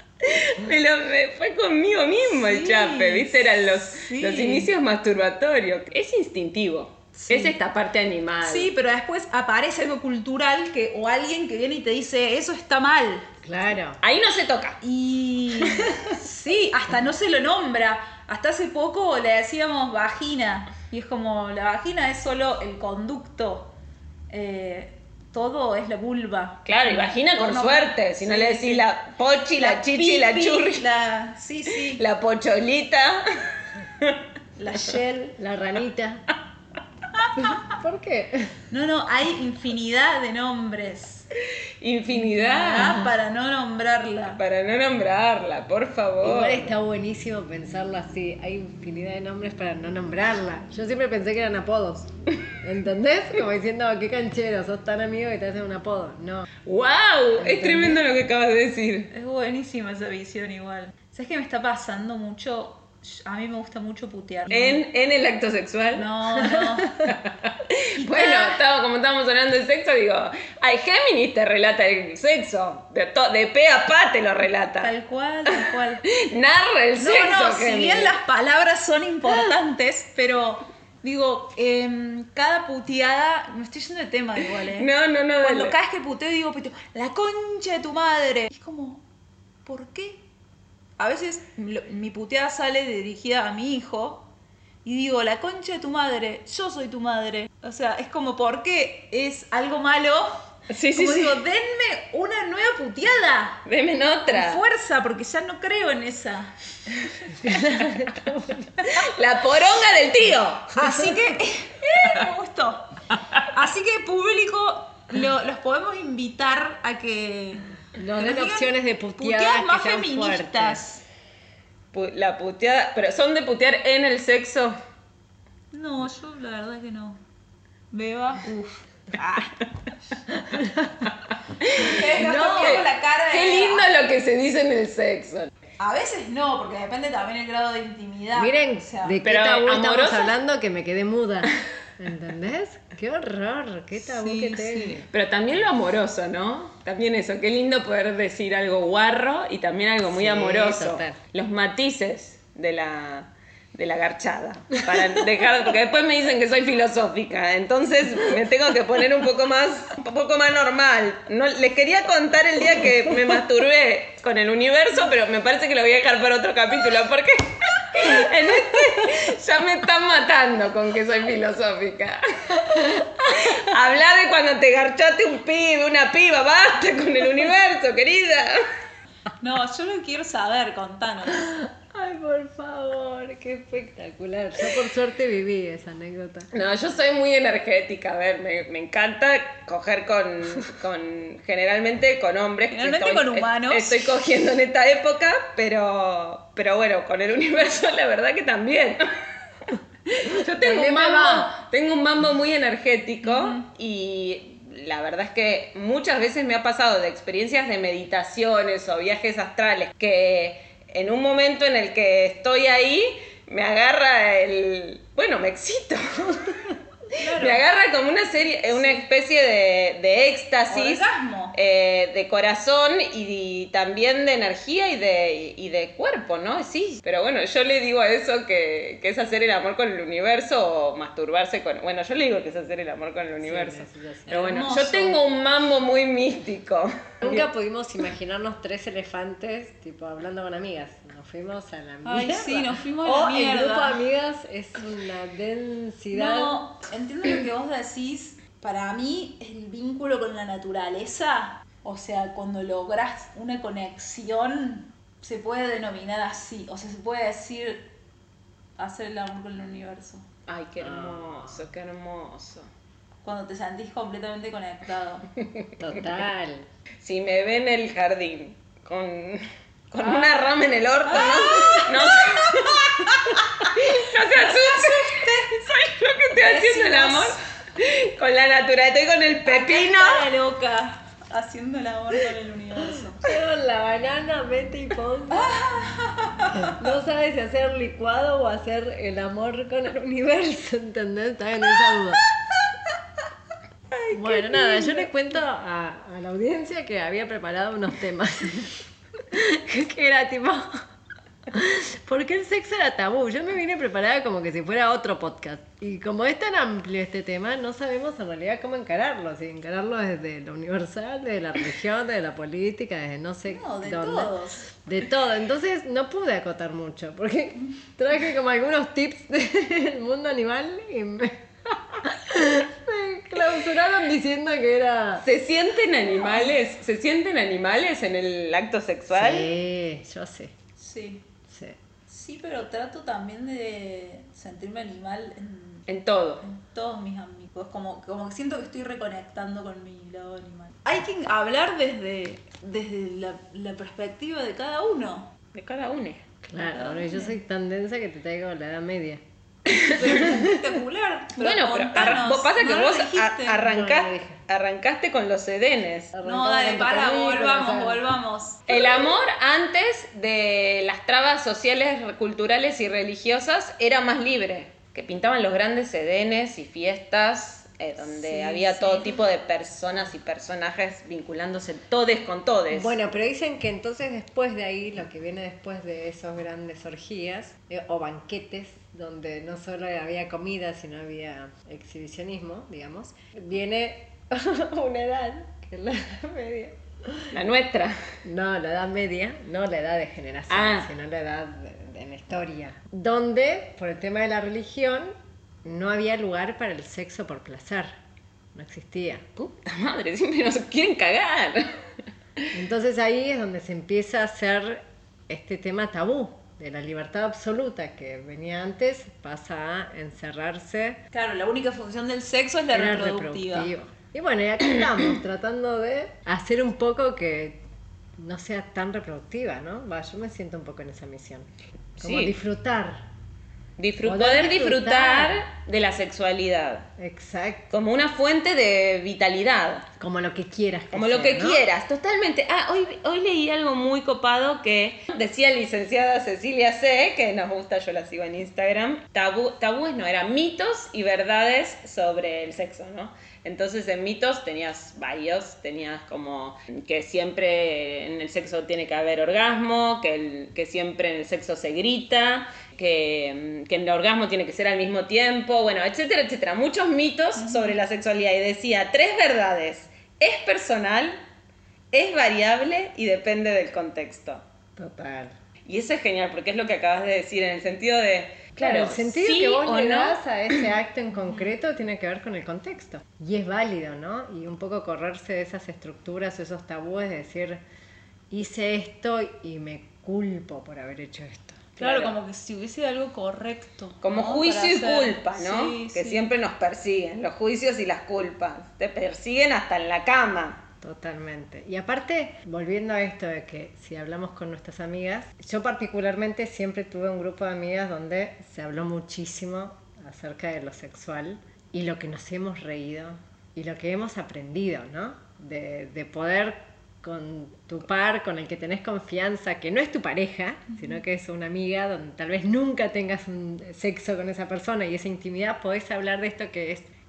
Speaker 5: Me fue conmigo mismo el chape, ¿viste? Eran los inicios masturbatorios. Es instintivo.
Speaker 2: Sí.
Speaker 5: Es esta parte animal.
Speaker 2: Sí, pero después aparece algo cultural o alguien que viene y te dice, eso está mal.
Speaker 3: Claro.
Speaker 5: Ahí no se toca.
Speaker 2: Y sí, hasta no se lo nombra. Hasta hace poco le decíamos vagina. Y es como, la vagina es solo el conducto. Todo es la vulva.
Speaker 5: Claro, y vagina con suerte. Si no le decís la pochi, la chichi, la churri.
Speaker 2: Sí.
Speaker 5: La pocholita.
Speaker 2: La shell.
Speaker 3: La ranita. ¿Por qué?
Speaker 2: No, hay infinidad de nombres.
Speaker 5: Infinidad.
Speaker 2: Para no nombrarla.
Speaker 5: Para no nombrarla, por favor.
Speaker 3: Igual está buenísimo pensarlo así. Hay infinidad de nombres para no nombrarla. Yo siempre pensé que eran apodos. ¿Entendés? Como diciendo, qué canchero, sos tan amigo que te hacen un apodo. No.
Speaker 5: ¡Wow! Es tremendo lo que acabas de decir.
Speaker 2: Es buenísima esa visión igual. ¿Sabes qué me está pasando mucho? A mí me gusta mucho putear.
Speaker 5: ¿En el acto sexual?
Speaker 2: No.
Speaker 5: Bueno, como estábamos hablando de sexo, digo, ay, Géminis te relata el sexo. De pe a pa te lo relata.
Speaker 2: Tal cual.
Speaker 5: Narra el sexo,
Speaker 2: No, si
Speaker 5: Géminis.
Speaker 2: bien las palabras son importantes, pero digo, cada puteada, me estoy yendo de tema igual,
Speaker 5: No,
Speaker 2: Cuando
Speaker 5: dale.
Speaker 2: cada vez que puteo digo, la concha de tu madre. Y es como, ¿por qué? A veces mi puteada sale dirigida a mi hijo y digo, la concha de tu madre, yo soy tu madre. O sea, es como, ¿por qué es algo malo?
Speaker 5: Sí.
Speaker 2: Digo, denme una nueva puteada.
Speaker 5: Deme en otra.
Speaker 2: Con fuerza, porque ya no creo en esa.
Speaker 5: La poronga del tío.
Speaker 2: Así que, me gustó. Así que, público, los podemos invitar a que
Speaker 3: Nos
Speaker 2: nos
Speaker 3: den
Speaker 2: digan
Speaker 3: opciones de
Speaker 2: puteadas más
Speaker 3: que sean
Speaker 2: feministas.
Speaker 5: La puteada, pero ¿son de putear en el sexo?
Speaker 2: No, yo la verdad que no. Beba, uff. No, la cara de
Speaker 5: Qué lindo lo que se dice en el sexo.
Speaker 2: A veces no, porque depende también el grado de intimidad.
Speaker 3: Miren,
Speaker 2: O sea,
Speaker 3: de qué
Speaker 5: pero
Speaker 3: tabú estamos
Speaker 5: amorosa.
Speaker 3: hablando que me quedé muda. ¿Entendés? Qué horror, qué tabú
Speaker 2: Sí,
Speaker 3: que tengo.
Speaker 2: sí.
Speaker 5: Pero también lo amoroso, ¿no? También eso, qué lindo poder decir algo guarro y también algo muy
Speaker 3: Sí,
Speaker 5: amoroso.
Speaker 3: total.
Speaker 5: Los matices de la garchada. Para dejar, porque después me dicen que soy filosófica, entonces me tengo que poner un poco más normal. No, les quería contar el día que me masturbé con el universo, pero me parece que lo voy a dejar para otro capítulo, porque en ya me están matando con que soy filosófica. Habla de cuando te garchaste un pibe, una piba, basta con el universo, querida.
Speaker 2: No, yo lo quiero saber, contanos.
Speaker 3: Ay, por favor, qué espectacular. Yo por suerte viví esa anécdota.
Speaker 5: No, yo soy muy energética, a ver, me encanta coger generalmente con hombres.
Speaker 2: Generalmente con humanos.
Speaker 5: Estoy cogiendo en esta época, pero bueno, con el universo la verdad que también. Yo tengo un mambo muy energético y la verdad es que muchas veces me ha pasado de experiencias de meditaciones o viajes astrales que en un momento en el que estoy ahí me agarra me excito.
Speaker 2: Claro.
Speaker 5: Me agarra como una especie de éxtasis,
Speaker 2: Orgasmo.
Speaker 5: de corazón y también de energía y de cuerpo, ¿no? Sí, pero bueno, yo le digo a eso que es hacer el amor con el universo o masturbarse con... Bueno, yo le digo que es hacer el amor con el universo.
Speaker 3: Sí, sí.
Speaker 5: Pero bueno,
Speaker 2: Hermoso.
Speaker 5: yo tengo un mambo muy místico.
Speaker 3: Nunca pudimos imaginarnos 3 elefantes, tipo, hablando con amigas. Nos fuimos a la mierda.
Speaker 2: Ay, sí, nos fuimos a la mierda.
Speaker 3: El grupo de amigas es una densidad.
Speaker 2: No, entiendo lo que vos decís. Para mí, el vínculo con la naturaleza, o sea, cuando lográs una conexión, se puede denominar así. O sea, se puede decir hacer el amor con el universo.
Speaker 5: Ay, qué hermoso, qué hermoso.
Speaker 2: Cuando te sentís completamente conectado.
Speaker 3: Total.
Speaker 5: Si me ven en el jardín con una rama en el orto, no se asuste. Soy yo que estoy haciendo el amor con la naturaleza. Estoy con el pepino.
Speaker 2: Acá está la loca haciendo el amor con el universo.
Speaker 3: Pero la banana, mete y pon. No sabes si hacer licuado o hacer el amor con el universo, ¿entendés? Estás en esa duda. Bueno, nada, yo les cuento a la audiencia que había preparado unos temas. Que era tipo... ¿Por qué el sexo era tabú? Yo me vine preparada como que si fuera otro podcast. Y como es tan amplio este tema, no sabemos en realidad cómo encararlo. Si encararlo desde lo universal, desde la religión, desde la política, desde no sé
Speaker 2: No, de
Speaker 3: dónde.
Speaker 2: todos.
Speaker 3: De todo. Entonces no pude acotar mucho. Porque traje como algunos tips del mundo animal y me clausuraron diciendo que era...
Speaker 5: ¿Se sienten animales en el acto sexual?
Speaker 3: Sí, yo sé.
Speaker 2: Sí.
Speaker 3: Sí.
Speaker 2: Sí, pero trato también de sentirme animal
Speaker 5: En todo.
Speaker 2: en todos mis amigos. Como que siento que estoy reconectando con mi lado animal. Hay que hablar desde la perspectiva de cada uno.
Speaker 5: De cada uno.
Speaker 3: Claro, porque yo soy tan densa que te traigo la edad media.
Speaker 2: Pero es espectacular.
Speaker 5: Bueno, pero
Speaker 2: contanos,
Speaker 5: vos pasa que
Speaker 2: no lo
Speaker 5: vos
Speaker 2: dijiste.
Speaker 5: arrancaste con los edenes.
Speaker 2: No, dale, para, volvamos.
Speaker 5: El amor antes de las trabas sociales, culturales y religiosas era más libre. Que pintaban los grandes edenes y fiestas donde
Speaker 2: Sí,
Speaker 5: había
Speaker 2: sí.
Speaker 5: todo tipo de personas y personajes vinculándose todes con todes.
Speaker 3: Bueno, pero dicen que entonces después de ahí, lo que viene después de esos grandes orgías o banquetes, donde no solo había comida, sino había exhibicionismo, digamos, viene una edad, que es la edad media.
Speaker 5: La nuestra.
Speaker 3: No, la edad media, no la edad de generación,
Speaker 5: Ah.
Speaker 3: sino la edad en la historia. Donde, por el tema de la religión, no había lugar para el sexo por placer. No existía.
Speaker 5: Puta madre, siempre nos quieren cagar.
Speaker 3: Entonces ahí es donde se empieza a hacer este tema tabú de la libertad absoluta que venía antes, pasa a encerrarse.
Speaker 2: Claro, la única función del sexo es la
Speaker 3: era
Speaker 2: reproductiva.
Speaker 3: reproductivo. Y bueno, y aquí estamos tratando de hacer un poco que no sea tan reproductiva, ¿no? Va, yo me siento un poco en esa misión. Como
Speaker 5: Sí.
Speaker 3: disfrutar.
Speaker 5: Poder disfrutar de la sexualidad.
Speaker 3: Exacto.
Speaker 5: Como una fuente de vitalidad.
Speaker 3: Como lo que quieras.
Speaker 5: Como
Speaker 3: sea,
Speaker 5: lo que
Speaker 3: ¿no?
Speaker 5: quieras, totalmente. Hoy leí algo muy copado que decía licenciada Cecilia C., que nos gusta, yo la sigo en Instagram. Tabúes no, eran mitos y verdades sobre el sexo, ¿no? Entonces en mitos tenías varios, tenías como que siempre en el sexo tiene que haber orgasmo, que siempre en el sexo se grita, que el orgasmo tiene que ser al mismo tiempo, bueno, etcétera, etcétera. Muchos mitos sobre la sexualidad y decía 3 verdades. Es personal, es variable y depende del contexto.
Speaker 3: Total.
Speaker 5: Y eso es genial porque es lo que acabas de decir en el sentido de, claro,
Speaker 3: el sentido
Speaker 5: sí
Speaker 3: que vos
Speaker 5: o
Speaker 3: le
Speaker 5: no.
Speaker 3: das a ese acto en concreto tiene que ver con el contexto. Y es válido, ¿no? Y un poco correrse de esas estructuras, esos tabúes, de decir, hice esto y me culpo por haber hecho esto.
Speaker 2: Claro, como que si hubiese algo correcto.
Speaker 5: Como
Speaker 2: ¿no?
Speaker 5: juicio
Speaker 2: Para
Speaker 5: y
Speaker 2: hacer.
Speaker 5: culpa, ¿no?
Speaker 2: Sí,
Speaker 5: Que
Speaker 2: sí.
Speaker 5: siempre nos persiguen, los juicios y las culpas. Te persiguen hasta en la cama.
Speaker 3: Totalmente. Y aparte, volviendo a esto de que si hablamos con nuestras amigas, yo particularmente siempre tuve un grupo de amigas donde se habló muchísimo acerca de lo sexual y lo que nos hemos reído y lo que hemos aprendido, ¿no? De poder con tu par, con el que tenés confianza, que no es tu pareja, sino que es una amiga donde tal vez nunca tengas un sexo con esa persona y esa intimidad, podés hablar de esto que es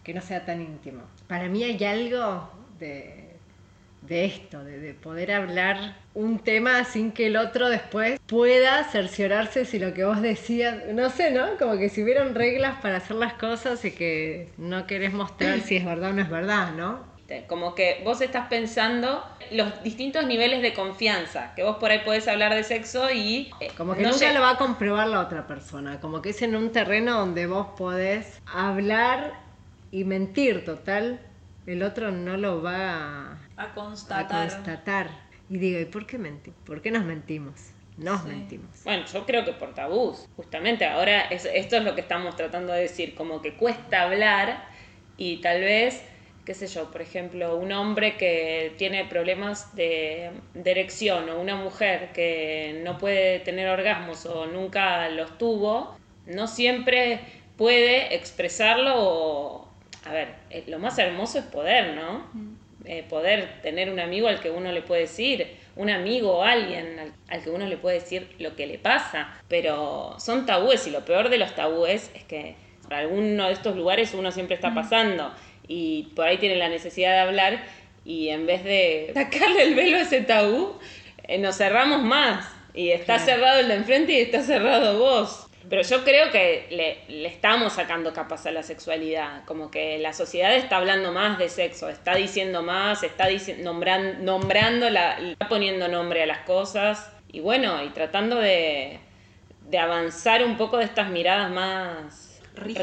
Speaker 3: que no sea tan íntimo. Para mí hay algo de esto, de poder hablar un tema sin que el otro después pueda cerciorarse si lo que vos decías, no sé, ¿no? Como que si hubieran reglas para hacer las cosas y que no querés mostrar si es verdad o no es verdad, ¿no?
Speaker 5: Como que vos estás pensando los distintos niveles de confianza, que vos por ahí podés hablar de sexo y...
Speaker 3: Como que nunca lo va a comprobar la otra persona, como que es en un terreno donde vos podés hablar y mentir, total, el otro no lo va
Speaker 2: A
Speaker 3: a
Speaker 2: constatar.
Speaker 3: constatar. Y digo, ¿y por qué mentimos? ¿Por qué nos mentimos? Nos
Speaker 2: Sí.
Speaker 3: mentimos.
Speaker 5: Bueno, yo creo que por tabús, justamente. Ahora esto es lo que estamos tratando de decir, como que cuesta hablar y tal vez, qué sé yo, por ejemplo, un hombre que tiene problemas de erección o una mujer que no puede tener orgasmos o nunca los tuvo, no siempre puede expresarlo o... A ver, lo más hermoso es poder, ¿no? Poder tener un amigo al que uno le puede decir, un amigo o alguien al que uno le puede decir lo que le pasa, pero son tabúes y lo peor de los tabúes es que por alguno de estos lugares uno siempre está pasando y por ahí tiene la necesidad de hablar y en vez de sacarle el velo a ese tabú, nos cerramos más y está
Speaker 3: Claro.
Speaker 5: cerrado el de enfrente y está cerrado vos. Pero yo creo que le estamos sacando capas a la sexualidad, como que la sociedad está hablando más de sexo, está diciendo más, está nombrando, está poniendo nombre a las cosas y bueno, y tratando de avanzar un poco de estas miradas más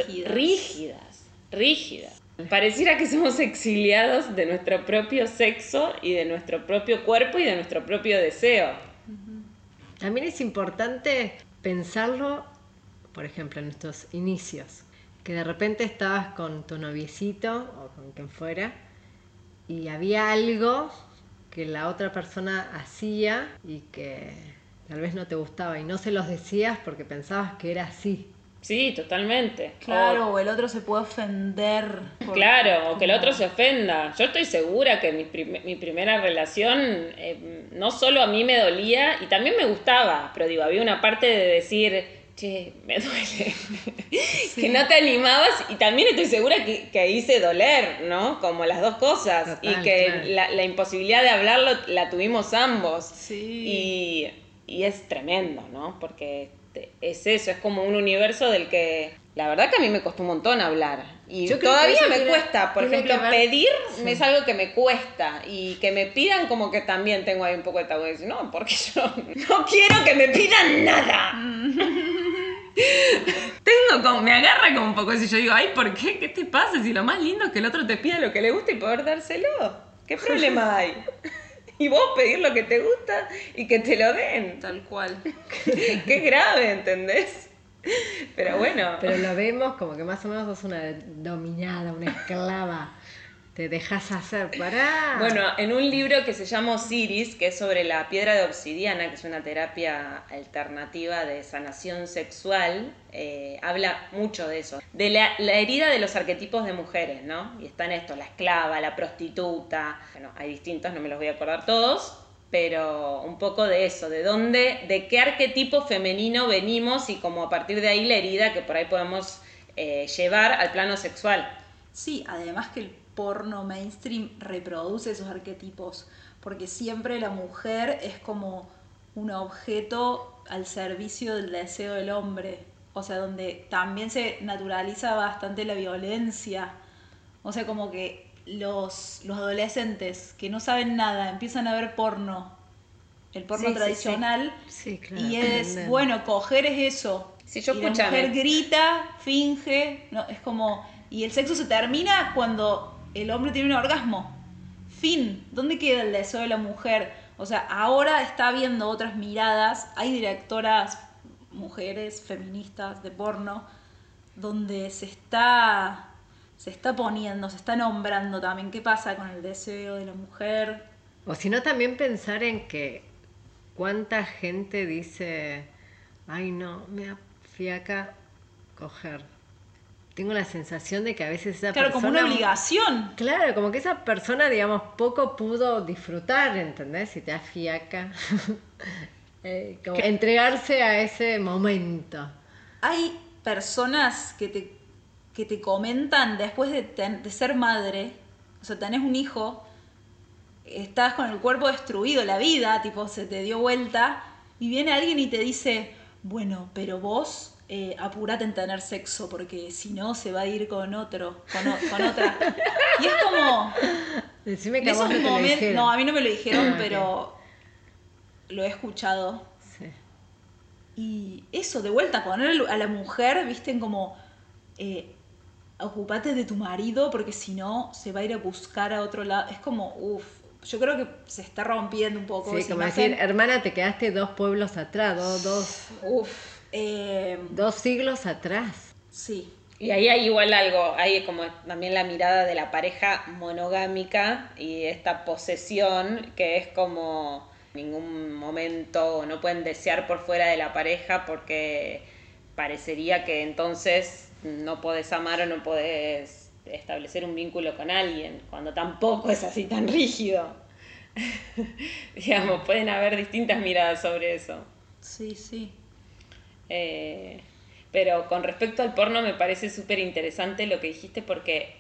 Speaker 5: rígidas. Pareciera que somos exiliados de nuestro propio sexo y de nuestro propio cuerpo y de nuestro propio deseo.
Speaker 3: También es importante pensarlo, por ejemplo, en nuestros inicios, que de repente estabas con tu noviecito o con quien fuera y había algo que la otra persona hacía y que tal vez no te gustaba y no se los decías porque pensabas que era así.
Speaker 5: Sí, totalmente.
Speaker 2: Claro, o el otro se puede ofender.
Speaker 5: Claro, o que el otro se ofenda. Yo estoy segura que mi primera relación no solo a mí me dolía y también me gustaba, pero digo, había una parte de decir, che, me duele, que no te animabas y también estoy segura que hice doler, ¿no? Como las dos cosas.
Speaker 3: Total,
Speaker 5: y que
Speaker 3: claro.
Speaker 5: la imposibilidad de hablarlo la tuvimos ambos.
Speaker 2: Sí.
Speaker 5: Y es tremendo, ¿no? Porque es eso, es como un universo del que la verdad que a mí me costó un montón hablar. Y
Speaker 3: Yo creo que
Speaker 5: todavía
Speaker 3: eso
Speaker 5: me
Speaker 3: tiene-
Speaker 5: cuesta, por
Speaker 3: tiene
Speaker 5: ejemplo,
Speaker 3: que ver-
Speaker 5: pedir
Speaker 3: Sí.
Speaker 5: es algo que me cuesta. Y que me pidan como que también tengo ahí un poco de tabú. De decir, no, porque yo no quiero que me pidan nada. Me agarra como un poco eso. Yo digo, ay, ¿por qué? ¿Qué te pasa? Si lo más lindo es que el otro te pida lo que le gusta y poder dárselo. ¿Qué problema hay? Y vos pedir lo que te gusta y que te lo den.
Speaker 2: Tal cual.
Speaker 5: Qué grave, ¿entendés? Pero bueno.
Speaker 3: Pero lo vemos como que más o menos sos una dominada, una esclava. Te dejas hacer, pará.
Speaker 5: Bueno, en un libro que se llama Osiris, que es sobre la piedra de obsidiana, que es una terapia alternativa de sanación sexual, habla mucho de eso, de la herida de los arquetipos de mujeres, ¿no? Y están estos, la esclava, la prostituta, bueno, hay distintos, no me los voy a acordar todos, pero un poco de eso, de qué arquetipo femenino venimos y como a partir de ahí la herida que por ahí podemos llevar al plano sexual.
Speaker 2: Sí, además que el porno mainstream reproduce esos arquetipos, porque siempre la mujer es como un objeto al servicio del deseo del hombre, o sea, donde también se naturaliza bastante la violencia, o sea, como que los adolescentes que no saben nada empiezan a ver porno, el porno
Speaker 5: Sí, sí,
Speaker 2: tradicional,
Speaker 3: Sí, claro.
Speaker 2: y es,
Speaker 3: aprender.
Speaker 2: bueno, coger es eso.
Speaker 5: Sí, yo
Speaker 2: y la
Speaker 5: escúchame.
Speaker 2: mujer grita, finge, no, es como... Y el sexo se termina cuando el hombre tiene un orgasmo. Fin. ¿Dónde queda el deseo de la mujer? O sea, ahora está habiendo otras miradas. Hay directoras, mujeres, feministas de porno, donde se está poniendo, se está nombrando también qué pasa con el deseo de la mujer.
Speaker 3: O si no, también pensar en que cuánta gente dice, ay no, me da fiaca coger. Tengo la sensación de que a veces esa
Speaker 2: Claro,
Speaker 3: persona...
Speaker 2: como una obligación.
Speaker 3: Claro, como que esa persona, digamos, poco pudo disfrutar, ¿entendés? Si te da fiaca. Como entregarse a ese momento.
Speaker 2: Hay personas que que te comentan después de ser madre, o sea, tenés un hijo, estás con el cuerpo destruido, la vida, tipo, se te dio vuelta, y viene alguien y te dice, bueno, pero vos apurate en tener sexo, porque si no se va a ir con otro, con otra. Y es como...
Speaker 3: Decime
Speaker 2: En
Speaker 3: que a vos
Speaker 2: esos
Speaker 3: no te lo
Speaker 2: momentos,
Speaker 3: dijeron.
Speaker 2: no, a mí no me lo dijeron,
Speaker 3: Ah,
Speaker 2: pero lo he escuchado.
Speaker 3: Sí.
Speaker 2: Y eso, de vuelta, poner a la mujer, viste, en como, ocupate de tu marido, porque si no, se va a ir a buscar a otro lado. Es como, uff, yo creo que se está rompiendo un poco
Speaker 3: Sí,
Speaker 2: esa
Speaker 3: como
Speaker 2: imagen.
Speaker 3: decir, hermana, te quedaste 2 pueblos atrás, dos siglos atrás.
Speaker 2: Sí,
Speaker 5: Y ahí hay igual algo, hay como también la mirada de la pareja monogámica y esta posesión que es como en ningún momento no pueden desear por fuera de la pareja porque parecería que entonces no podés amar o no podés establecer un vínculo con alguien, cuando tampoco es así tan rígido. Digamos, pueden haber distintas miradas sobre eso.
Speaker 2: sí, sí.
Speaker 5: Pero con respecto al porno me parece súper interesante lo que dijiste porque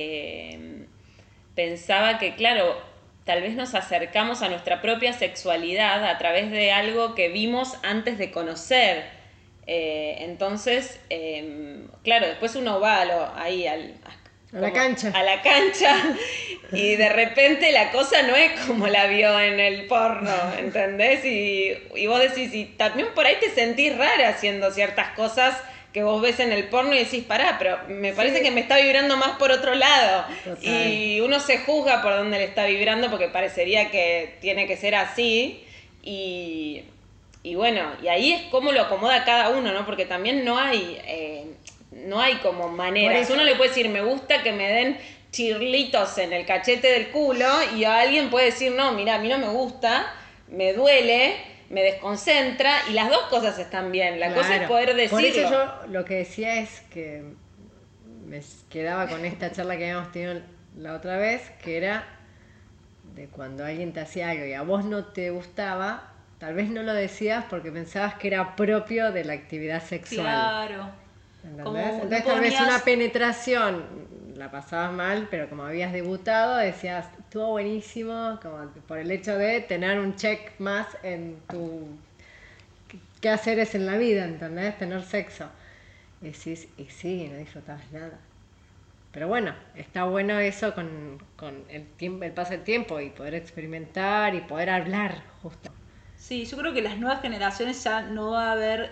Speaker 5: pensaba que, claro, tal vez nos acercamos a nuestra propia sexualidad a través de algo que vimos antes de conocer. Entonces, claro, después uno va ahí
Speaker 3: A la cancha.
Speaker 5: a la cancha y de repente la cosa no es como la vio en el porno, ¿entendés? Y vos decís, y también por ahí te sentís rara haciendo ciertas cosas que vos ves en el porno y decís, pará, pero me parece que me está vibrando más por otro lado.
Speaker 3: Total.
Speaker 5: Y uno se juzga por dónde le está vibrando porque parecería que tiene que ser así. Y bueno, y ahí es cómo lo acomoda cada uno, ¿no? Porque también no hay como maneras.
Speaker 3: Por eso-
Speaker 5: Uno le puede decir, me gusta que me den chirlitos en el cachete del culo, y a alguien puede decir, no, mira, a mí no me gusta, me duele, me desconcentra, y las dos cosas están bien. La cosa es
Speaker 3: Claro.
Speaker 5: poder decirlo.
Speaker 3: Por eso yo lo que decía es que me quedaba con esta charla que habíamos tenido la otra vez, que era de cuando alguien te hacía algo y a vos no te gustaba, tal vez no lo decías porque pensabas que era propio de la actividad sexual.
Speaker 2: Claro.
Speaker 3: ¿Entendés?
Speaker 2: Como
Speaker 3: Entonces
Speaker 2: no
Speaker 3: tal vez
Speaker 2: ponías-
Speaker 3: una penetración la pasabas mal, pero como habías debutado decías, estuvo buenísimo, como por el hecho de tener un check más en tu qué haceres en la vida, ¿entendés? Tener sexo. Y decís, y sí, no disfrutabas nada. Pero bueno, está bueno eso con el tiempo, el paso del tiempo y poder experimentar y poder hablar, justo.
Speaker 2: Sí, yo creo que las nuevas generaciones ya no va a haber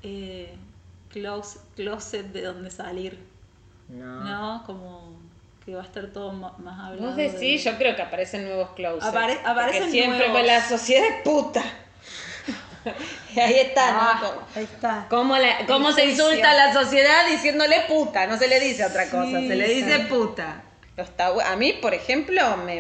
Speaker 2: closet de donde salir, ¿no? Como que va a estar todo más hablado.
Speaker 5: Vos decís, yo creo que aparecen nuevos closets.
Speaker 2: Aparecen
Speaker 5: porque siempre
Speaker 2: nuevos.
Speaker 5: con la sociedad es puta. Y ahí está, ¿no?
Speaker 2: Ahí está.
Speaker 5: ¿Cómo se insulta a la sociedad diciéndole puta? No se le dice otra cosa,
Speaker 2: Sí,
Speaker 5: se le dice
Speaker 2: sí.
Speaker 5: puta. A mí, por ejemplo,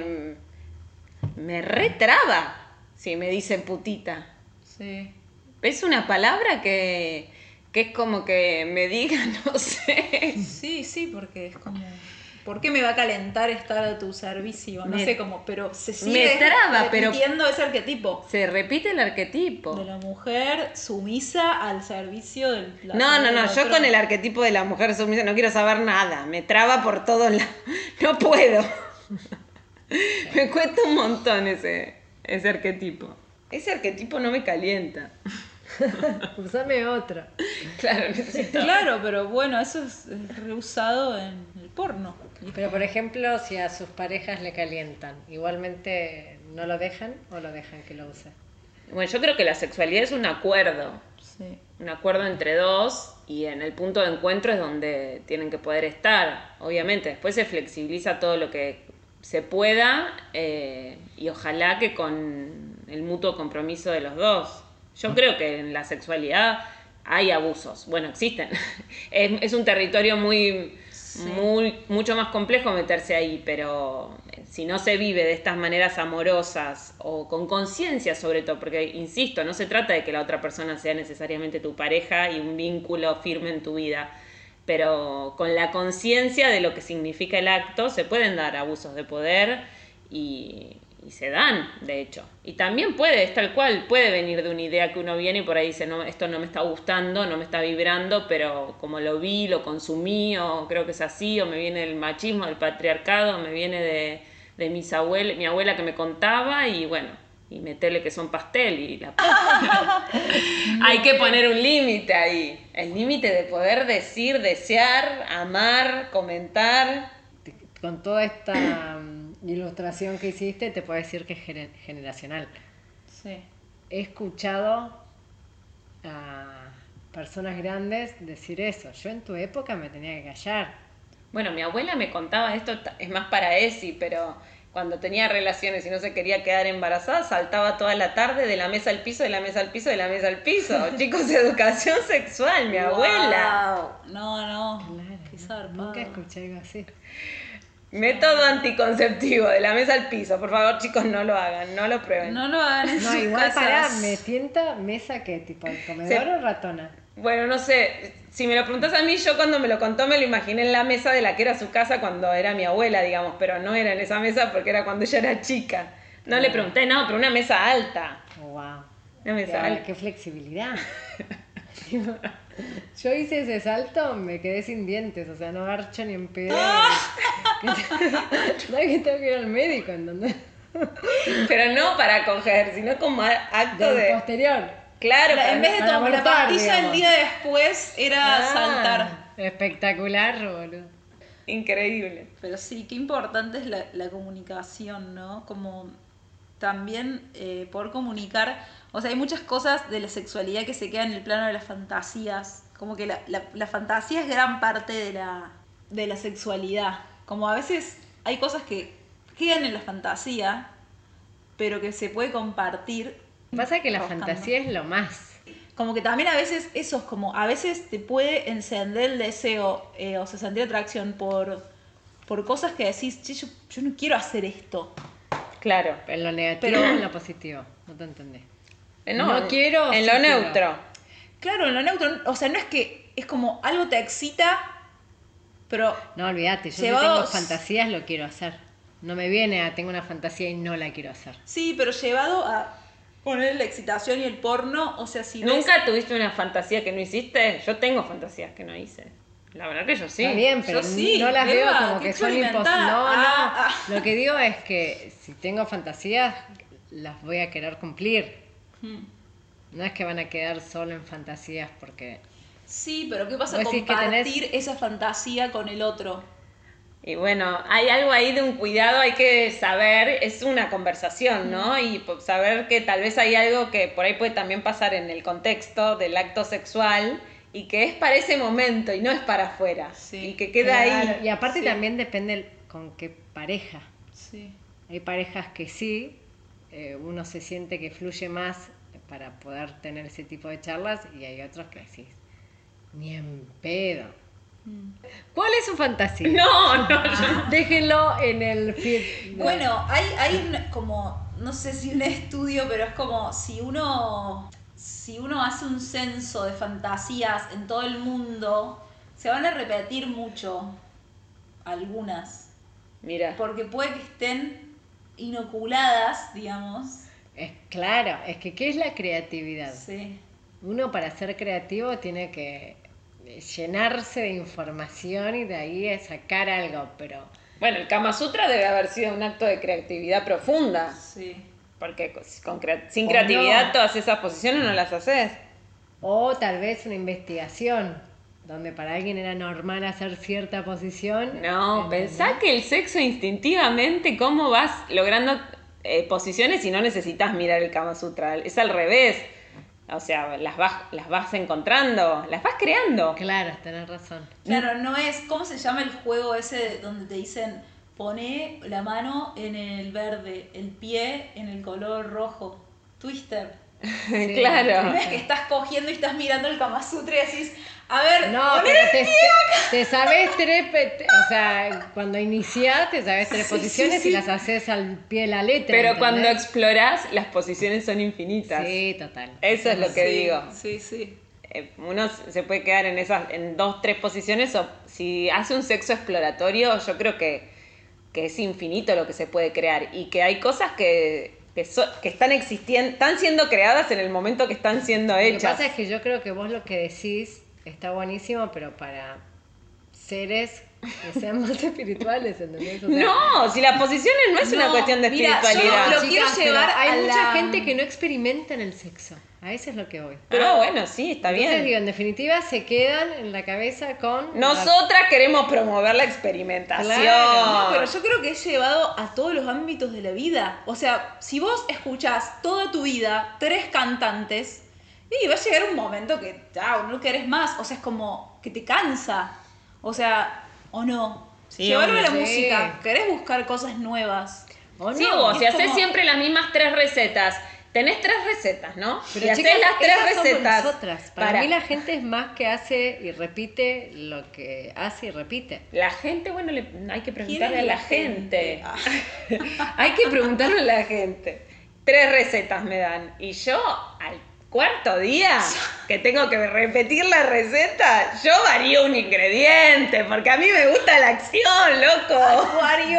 Speaker 5: me retraba si me dicen putita.
Speaker 2: Sí.
Speaker 5: Es una palabra que es como que me digan, no sé.
Speaker 2: Sí, sí, porque es como... ¿Por qué me va a calentar estar a tu servicio? No sé cómo, pero se sigue
Speaker 5: traba, pero-
Speaker 2: repitiendo ese arquetipo.
Speaker 5: Se repite el arquetipo.
Speaker 2: De la mujer sumisa al servicio del...
Speaker 5: No, yo con el arquetipo de la mujer sumisa no quiero saber nada. Me traba por todos lados. No puedo. Me cuesta un montón ese arquetipo. Ese arquetipo no me calienta.
Speaker 3: Usame otra.
Speaker 5: Claro, necesito.
Speaker 2: Claro, pero bueno, eso es reusado en el porno.
Speaker 3: Pero por ejemplo, si a sus parejas le calientan, igualmente no lo dejan o lo dejan que lo use.
Speaker 5: Bueno, yo creo que la sexualidad es un acuerdo.
Speaker 2: Sí.
Speaker 5: Un acuerdo entre dos, y en el punto de encuentro es donde tienen que poder estar. Obviamente, después se flexibiliza todo lo que se pueda, y ojalá que con el mutuo compromiso de los dos. Yo creo que en la sexualidad hay abusos. Bueno, existen. Es un territorio mucho más complejo meterse ahí, pero si no se vive de estas maneras amorosas o con conciencia sobre todo, porque insisto, no se trata de que la otra persona sea necesariamente tu pareja y un vínculo firme en tu vida, pero con la conciencia de lo que significa el acto se pueden dar abusos de poder y y se dan, de hecho. Y también puede, es tal cual, puede venir de una idea que uno viene y por ahí dice, no, esto no me está gustando, no me está vibrando, pero como lo vi, lo consumí, o creo que es así, o me viene del machismo, del patriarcado, me viene de mi abuela que me contaba, y bueno, y metele que son pastel y la hay que poner un límite ahí. El límite de poder decir, desear, amar, comentar.
Speaker 3: Con toda esta ilustración que hiciste, te puedo decir que es generacional.
Speaker 2: Sí.
Speaker 3: He escuchado a personas grandes decir eso. Yo en tu época me tenía que callar.
Speaker 5: Bueno, mi abuela me contaba esto, es más para Esi, pero cuando tenía relaciones y no se quería quedar embarazada, saltaba toda la tarde de la mesa al piso, de la mesa al piso, de la mesa al piso. Chicos, educación sexual, mi abuela.
Speaker 2: Wow. No.
Speaker 3: Claro,
Speaker 2: Qué zarpado.
Speaker 3: nunca escuché algo así.
Speaker 5: Método anticonceptivo, de la mesa al piso. Por favor, chicos, no lo hagan, no lo prueben.
Speaker 2: No lo hagan en
Speaker 3: No,
Speaker 2: sus
Speaker 3: igual
Speaker 2: casas.
Speaker 3: pará, me tienta mesa que tipo el comedor
Speaker 5: Sí.
Speaker 3: o ratona.
Speaker 5: Bueno, no sé, si me lo preguntás a mí, yo cuando me lo contó me lo imaginé en la mesa de la que era su casa cuando era mi abuela, digamos, pero no era en esa mesa porque era cuando ella era chica. No le pregunté, no, pero una mesa alta.
Speaker 3: Wow.
Speaker 5: Una mesa alta.
Speaker 3: Qué flexibilidad. Yo hice ese salto, me quedé sin dientes, o sea, no garcho ni en pedo. No es que tengo que ir al médico, ¿entendés?
Speaker 5: Pero no para coger, sino como acto
Speaker 3: Del
Speaker 5: de...
Speaker 3: posterior.
Speaker 5: Claro,
Speaker 2: En vez de
Speaker 3: para
Speaker 2: tomar la
Speaker 3: abortar,
Speaker 2: pastilla el
Speaker 3: digamos.
Speaker 2: día después era saltar.
Speaker 3: Espectacular, boludo.
Speaker 5: increíble.
Speaker 2: Pero sí, qué importante es la comunicación, ¿no? Como también poder comunicar. O sea, hay muchas cosas de la sexualidad que se quedan en el plano de las fantasías. Como que la fantasía es gran parte de la sexualidad. Como a veces hay cosas que quedan en la fantasía, pero que se puede compartir.
Speaker 3: Pasa que la
Speaker 2: Roscando.
Speaker 3: fantasía es lo más.
Speaker 2: Como que también a veces eso es como, a veces te puede encender el deseo o sea, sentir atracción por cosas que decís, che, yo no quiero hacer esto.
Speaker 5: Claro.
Speaker 3: En lo negativo o en lo positivo. No te entendés. No quiero,
Speaker 5: En
Speaker 3: sí
Speaker 5: lo
Speaker 3: quiero.
Speaker 5: neutro.
Speaker 2: Claro, en lo neutro, o sea, no es que es como algo te excita, pero
Speaker 3: No, olvídate, yo si
Speaker 2: Llevados-
Speaker 3: tengo fantasías lo quiero hacer. No me viene a tengo una fantasía y no la quiero hacer.
Speaker 2: sí, pero llevado a poner la excitación y el porno, o sea, si ves-
Speaker 5: ¿Nunca tuviste una fantasía que no hiciste? Yo tengo fantasías que no hice. La verdad que yo sí.
Speaker 3: Está bien, pero
Speaker 2: Yo sí,
Speaker 3: no las veo
Speaker 2: Eva,
Speaker 3: como
Speaker 2: qué
Speaker 3: que son imposibles.
Speaker 2: experimentada.
Speaker 3: No. Lo que digo es que si tengo fantasías, las voy a querer cumplir. No es que van a quedar solo en fantasías porque...
Speaker 2: Sí, pero ¿qué pasa
Speaker 3: Vos decís que
Speaker 2: compartir esa fantasía con el otro?
Speaker 5: Y bueno, hay algo ahí de un cuidado, hay que saber, es una conversación, ¿no? Y saber que tal vez hay algo que por ahí puede también pasar en el contexto del acto sexual y que es para ese momento y no es para afuera.
Speaker 2: Sí,
Speaker 5: y que queda
Speaker 3: Claro,
Speaker 5: ahí.
Speaker 3: y aparte
Speaker 2: Sí.
Speaker 3: también depende con qué pareja.
Speaker 2: Sí.
Speaker 3: Hay parejas que sí, uno se siente que fluye más para poder tener ese tipo de charlas y hay otros que decís, ni en pedo. ¿Cuál es su fantasía?
Speaker 5: No, yo
Speaker 3: Déjenlo en el feed.
Speaker 2: Bueno, hay como, no sé si un estudio, pero es como si uno hace un censo de fantasías en todo el mundo, se van a repetir mucho algunas,
Speaker 5: Mira,
Speaker 2: porque puede que estén inoculadas, digamos.
Speaker 3: Es claro, es que ¿qué es la creatividad?
Speaker 2: Sí.
Speaker 3: Uno para ser creativo tiene que llenarse de información y de ahí sacar algo, pero
Speaker 5: bueno, el Kama Sutra debe haber sido un acto de creatividad profunda.
Speaker 2: Sí.
Speaker 5: Porque sin
Speaker 3: O
Speaker 5: creatividad
Speaker 3: no.
Speaker 5: todas esas posiciones no las haces.
Speaker 3: o tal vez una investigación donde para alguien era normal hacer cierta posición.
Speaker 5: No,
Speaker 3: ¿entendés?
Speaker 5: pensá que el sexo instintivamente, cómo vas logrando posiciones y no necesitas mirar el Kama Sutra. Es al revés. O sea, las vas encontrando, las vas creando.
Speaker 3: Claro, tenés razón.
Speaker 2: Claro, no es, ¿cómo se llama el juego ese donde te dicen pone la mano en el verde, el pie en el color rojo? Twister.
Speaker 5: Claro.
Speaker 2: No es que estás cogiendo y estás mirando el Kama Sutra y decís, a ver,
Speaker 3: No,
Speaker 2: poné
Speaker 3: pero
Speaker 2: el
Speaker 3: te,
Speaker 2: pie
Speaker 3: te sabés o sea, cuando iniciás te sabés tres
Speaker 2: Sí,
Speaker 3: posiciones
Speaker 2: sí,
Speaker 3: y
Speaker 2: sí.
Speaker 3: las haces al pie de la letra.
Speaker 5: Pero cuando
Speaker 3: ¿entendés?
Speaker 5: explorás, las posiciones son infinitas.
Speaker 3: Sí, total.
Speaker 5: Eso es lo que
Speaker 2: Sí,
Speaker 5: digo.
Speaker 2: Sí, sí.
Speaker 5: Uno se puede quedar en 2, 3 posiciones o si hace un sexo exploratorio, yo creo que que es infinito lo que se puede crear y que hay cosas que están existiendo, están siendo creadas en el momento que están siendo hechas.
Speaker 3: Lo que pasa es que yo creo que vos lo que decís está buenísimo, pero para seres que sean más espirituales, ¿entendés? O sea,
Speaker 5: No, si las posiciones no es una cuestión de
Speaker 2: mira, yo
Speaker 5: espiritualidad.
Speaker 2: lo quiero
Speaker 3: pero
Speaker 2: llevar
Speaker 3: hay
Speaker 2: a
Speaker 3: mucha
Speaker 2: la-
Speaker 3: gente que no experimenta en el sexo. A eso es lo que voy.
Speaker 5: Pero bueno, sí, está
Speaker 3: Entonces,
Speaker 5: bien.
Speaker 3: digo, en definitiva se quedan en la cabeza con...
Speaker 5: Nosotras queremos promover la experimentación.
Speaker 3: Claro,
Speaker 2: No, pero yo creo que es llevado a todos los ámbitos de la vida. O sea, si vos escuchás toda tu vida 3 cantantes, y va a llegar un momento que no querés más. O sea, es como que te cansa. O sea, o no.
Speaker 5: Sí,
Speaker 2: Llevarlo a la
Speaker 3: obvio.
Speaker 2: música. ¿Querés buscar cosas nuevas?
Speaker 3: ¿O no?
Speaker 5: Sí, vos, si
Speaker 2: es
Speaker 5: haces
Speaker 2: como-
Speaker 5: siempre las mismas 3 recetas, tenés 3 recetas, ¿no?
Speaker 3: Pero
Speaker 5: y haces
Speaker 3: chicas,
Speaker 5: las 3
Speaker 3: esas somos
Speaker 5: recetas.
Speaker 3: nosotras. Para mí la gente es más que hace y repite lo que hace y repite.
Speaker 5: La gente, bueno, hay que preguntarle a
Speaker 2: ¿Quién es
Speaker 5: la
Speaker 2: la
Speaker 5: gente.
Speaker 2: gente?
Speaker 5: Hay que preguntarle a la gente. 3 recetas me dan. Y yo, al cuarto día que tengo que repetir la receta, yo varío un ingrediente, porque a mí me gusta la acción, loco.
Speaker 2: Acuario.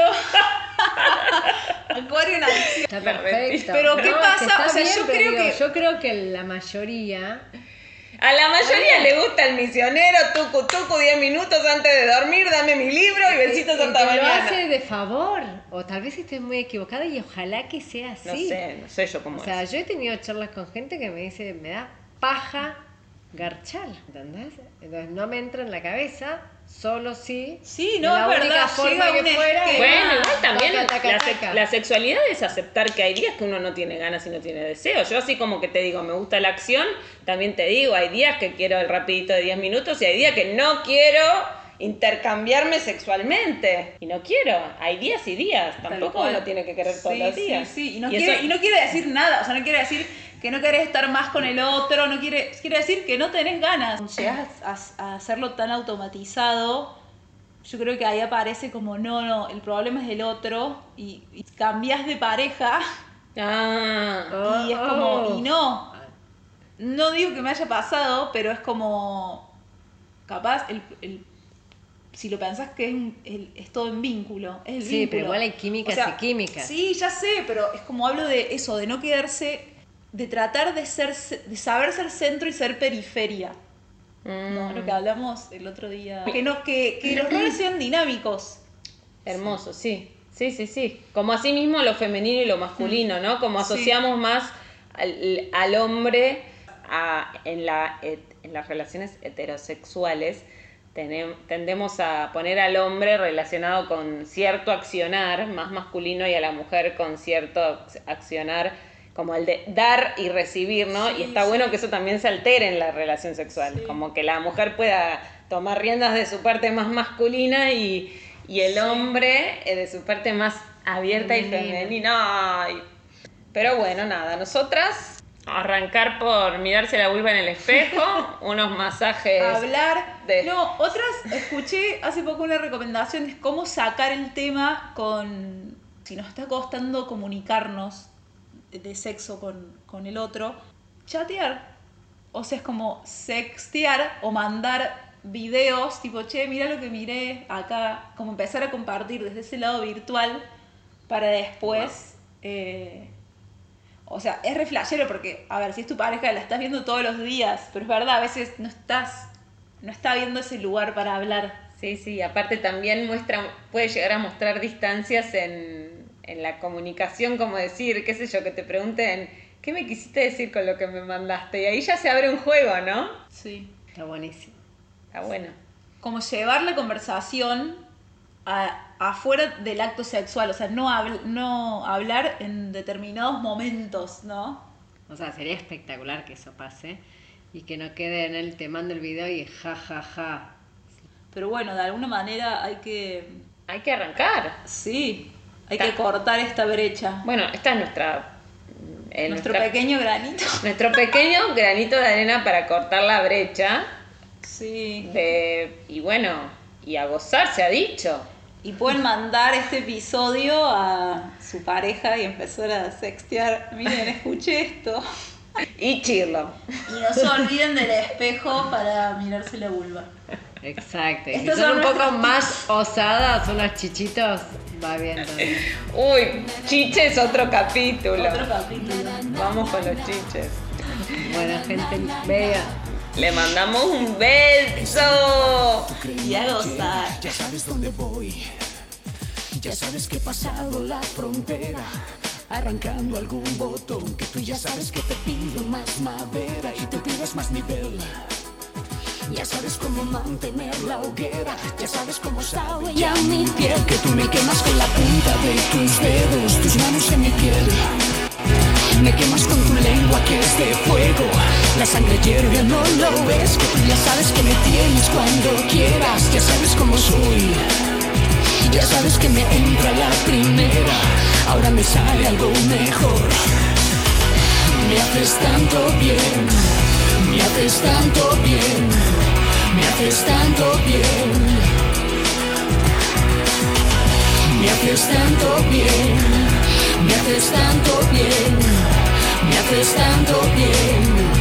Speaker 2: Acuario en acción.
Speaker 3: Está
Speaker 5: La
Speaker 3: perfecto.
Speaker 2: Pero, ¿qué
Speaker 3: es que
Speaker 2: pasa?
Speaker 3: está
Speaker 2: O sea,
Speaker 3: bien,
Speaker 2: yo
Speaker 3: pero
Speaker 2: creo
Speaker 3: digo,
Speaker 2: que-
Speaker 3: yo creo que la mayoría...
Speaker 5: A la mayoría le gusta el misionero, tucu tucu, 10 minutos antes de dormir, dame mi libro y besitos
Speaker 3: y
Speaker 5: hasta
Speaker 3: te lo
Speaker 5: mañana.
Speaker 3: hace de favor. O tal vez estés muy equivocada y ojalá que sea así.
Speaker 5: No sé yo cómo
Speaker 3: O sea,
Speaker 5: es.
Speaker 3: yo he tenido charlas con gente que me dice, me da paja garchar, ¿entendés? Entonces no me entra en la cabeza, solo sí.
Speaker 2: Sí,
Speaker 3: de
Speaker 2: no,
Speaker 3: la
Speaker 2: es
Speaker 3: única
Speaker 2: verdad,
Speaker 3: forma
Speaker 2: llega
Speaker 3: que
Speaker 2: un
Speaker 3: fuera.
Speaker 2: esquema.
Speaker 5: Bueno, igual también
Speaker 3: Taca, taca, taca.
Speaker 5: la sexualidad es aceptar que hay días que uno no tiene ganas y no tiene deseo. Yo así como que te digo, me gusta la acción, también te digo, hay días que quiero el rapidito de 10 minutos y hay días que no quiero intercambiarme sexualmente. Y no quiero, hay días y días, tampoco
Speaker 2: cual.
Speaker 5: uno tiene que querer todos
Speaker 2: Sí,
Speaker 5: los
Speaker 2: sí,
Speaker 5: días.
Speaker 2: sí. Y no,
Speaker 5: Y
Speaker 2: quiere,
Speaker 5: eso-
Speaker 2: y no quiere decir nada, o sea, no quiere decir que no querés estar más con el otro, no quiere decir que no tenés ganas. Llegás a hacerlo tan automatizado, yo creo que ahí aparece como, no, el problema es del otro, y cambias de pareja,
Speaker 5: Ah,
Speaker 2: y es como, y no digo que me haya pasado, pero es como, capaz, si lo pensás que es todo en vínculo, es el
Speaker 3: Sí,
Speaker 2: vínculo.
Speaker 3: pero igual hay químicas y químicas.
Speaker 2: Sí, ya sé, pero es como hablo de eso, de no quedarse, de tratar de saber ser centro y ser periferia. No, lo que hablamos el otro día. Que los roles sean dinámicos.
Speaker 5: hermoso, sí. Sí. Como así mismo lo femenino y lo masculino, ¿no? Como
Speaker 2: Sí.
Speaker 5: asociamos más al hombre en las relaciones heterosexuales, tendemos a poner al hombre relacionado con cierto accionar más masculino y a la mujer con cierto accionar como el de dar y recibir, ¿no?
Speaker 2: Sí,
Speaker 5: y está
Speaker 2: sí.
Speaker 5: bueno que eso también se altere en la relación sexual,
Speaker 2: Sí.
Speaker 5: como que la mujer pueda tomar riendas de su parte más masculina y el
Speaker 2: Sí.
Speaker 5: hombre de su parte más abierta
Speaker 3: Femenina.
Speaker 5: y femenina. Ay. Pero bueno, nada, nosotras arrancar por mirarse la vulva en el espejo, unos masajes.
Speaker 2: Hablar.
Speaker 5: de-
Speaker 2: No, escuché hace poco una recomendación de cómo sacar el tema si nos está costando comunicarnos de sexo con el otro, chatear. O sea, es como sextear o mandar videos tipo, che, mira lo que miré acá, como empezar a compartir desde ese lado virtual para después... o sea, es re flashero porque, a ver, si es tu pareja, la estás viendo todos los días, pero es verdad, a veces no está viendo ese lugar para hablar.
Speaker 5: Sí, aparte también puede llegar a mostrar distancias en la comunicación, como decir, qué sé yo, que te pregunten, ¿qué me quisiste decir con lo que me mandaste? Y ahí ya se abre un juego, ¿no?
Speaker 2: Sí.
Speaker 3: Está buenísimo.
Speaker 5: Está bueno.
Speaker 2: Como llevar la conversación afuera del acto sexual, o sea, no hablar en determinados momentos, ¿no?
Speaker 3: O sea, sería espectacular que eso pase y que no quede en él te mando el video y ja, ja, ja.
Speaker 2: Pero bueno, de alguna manera hay que
Speaker 5: arrancar.
Speaker 2: Sí, hay que cortar esta brecha.
Speaker 5: Bueno, esta es
Speaker 2: Nuestro pequeño granito.
Speaker 5: nuestro pequeño granito de arena para cortar la brecha.
Speaker 2: Sí.
Speaker 5: Y bueno, y a gozar se ha dicho.
Speaker 2: Y pueden mandar este episodio a su pareja y empezar a sextear. Miren, escuché esto.
Speaker 5: Y chirlo.
Speaker 2: Y no se olviden del espejo para mirarse la vulva.
Speaker 3: Exacto. Y si
Speaker 2: Estas
Speaker 3: son
Speaker 2: son
Speaker 3: un poco
Speaker 2: nuestras
Speaker 3: más osadas, unos chichitos, va bien también.
Speaker 5: Uy, chiches, otro capítulo.
Speaker 2: Otro capítulo.
Speaker 5: Vamos con los chiches.
Speaker 3: Bueno, gente bella.
Speaker 5: Le mandamos un beso.
Speaker 2: Y a gozar.
Speaker 4: Ya sabes dónde voy. Ya sabes que he pasado la frontera, arrancando algún botón que tú ya sabes que te pido más madera y tú pides más nivel. Ya sabes cómo mantener la hoguera, ya sabes cómo sabe ya mi piel, que tú me quemas con la punta de tus dedos, tus manos en mi piel. Me quemas con tu lengua que es de fuego, la sangre hierve, no lo ves, que tú ya sabes que me tienes cuando quieras, ya sabes cómo soy. Ya sabes que me entra la primera, ahora me sale algo mejor. Me haces tanto bien, me haces tanto bien, me haces tanto bien. Me haces tanto bien, me haces tanto bien, me haces tanto bien.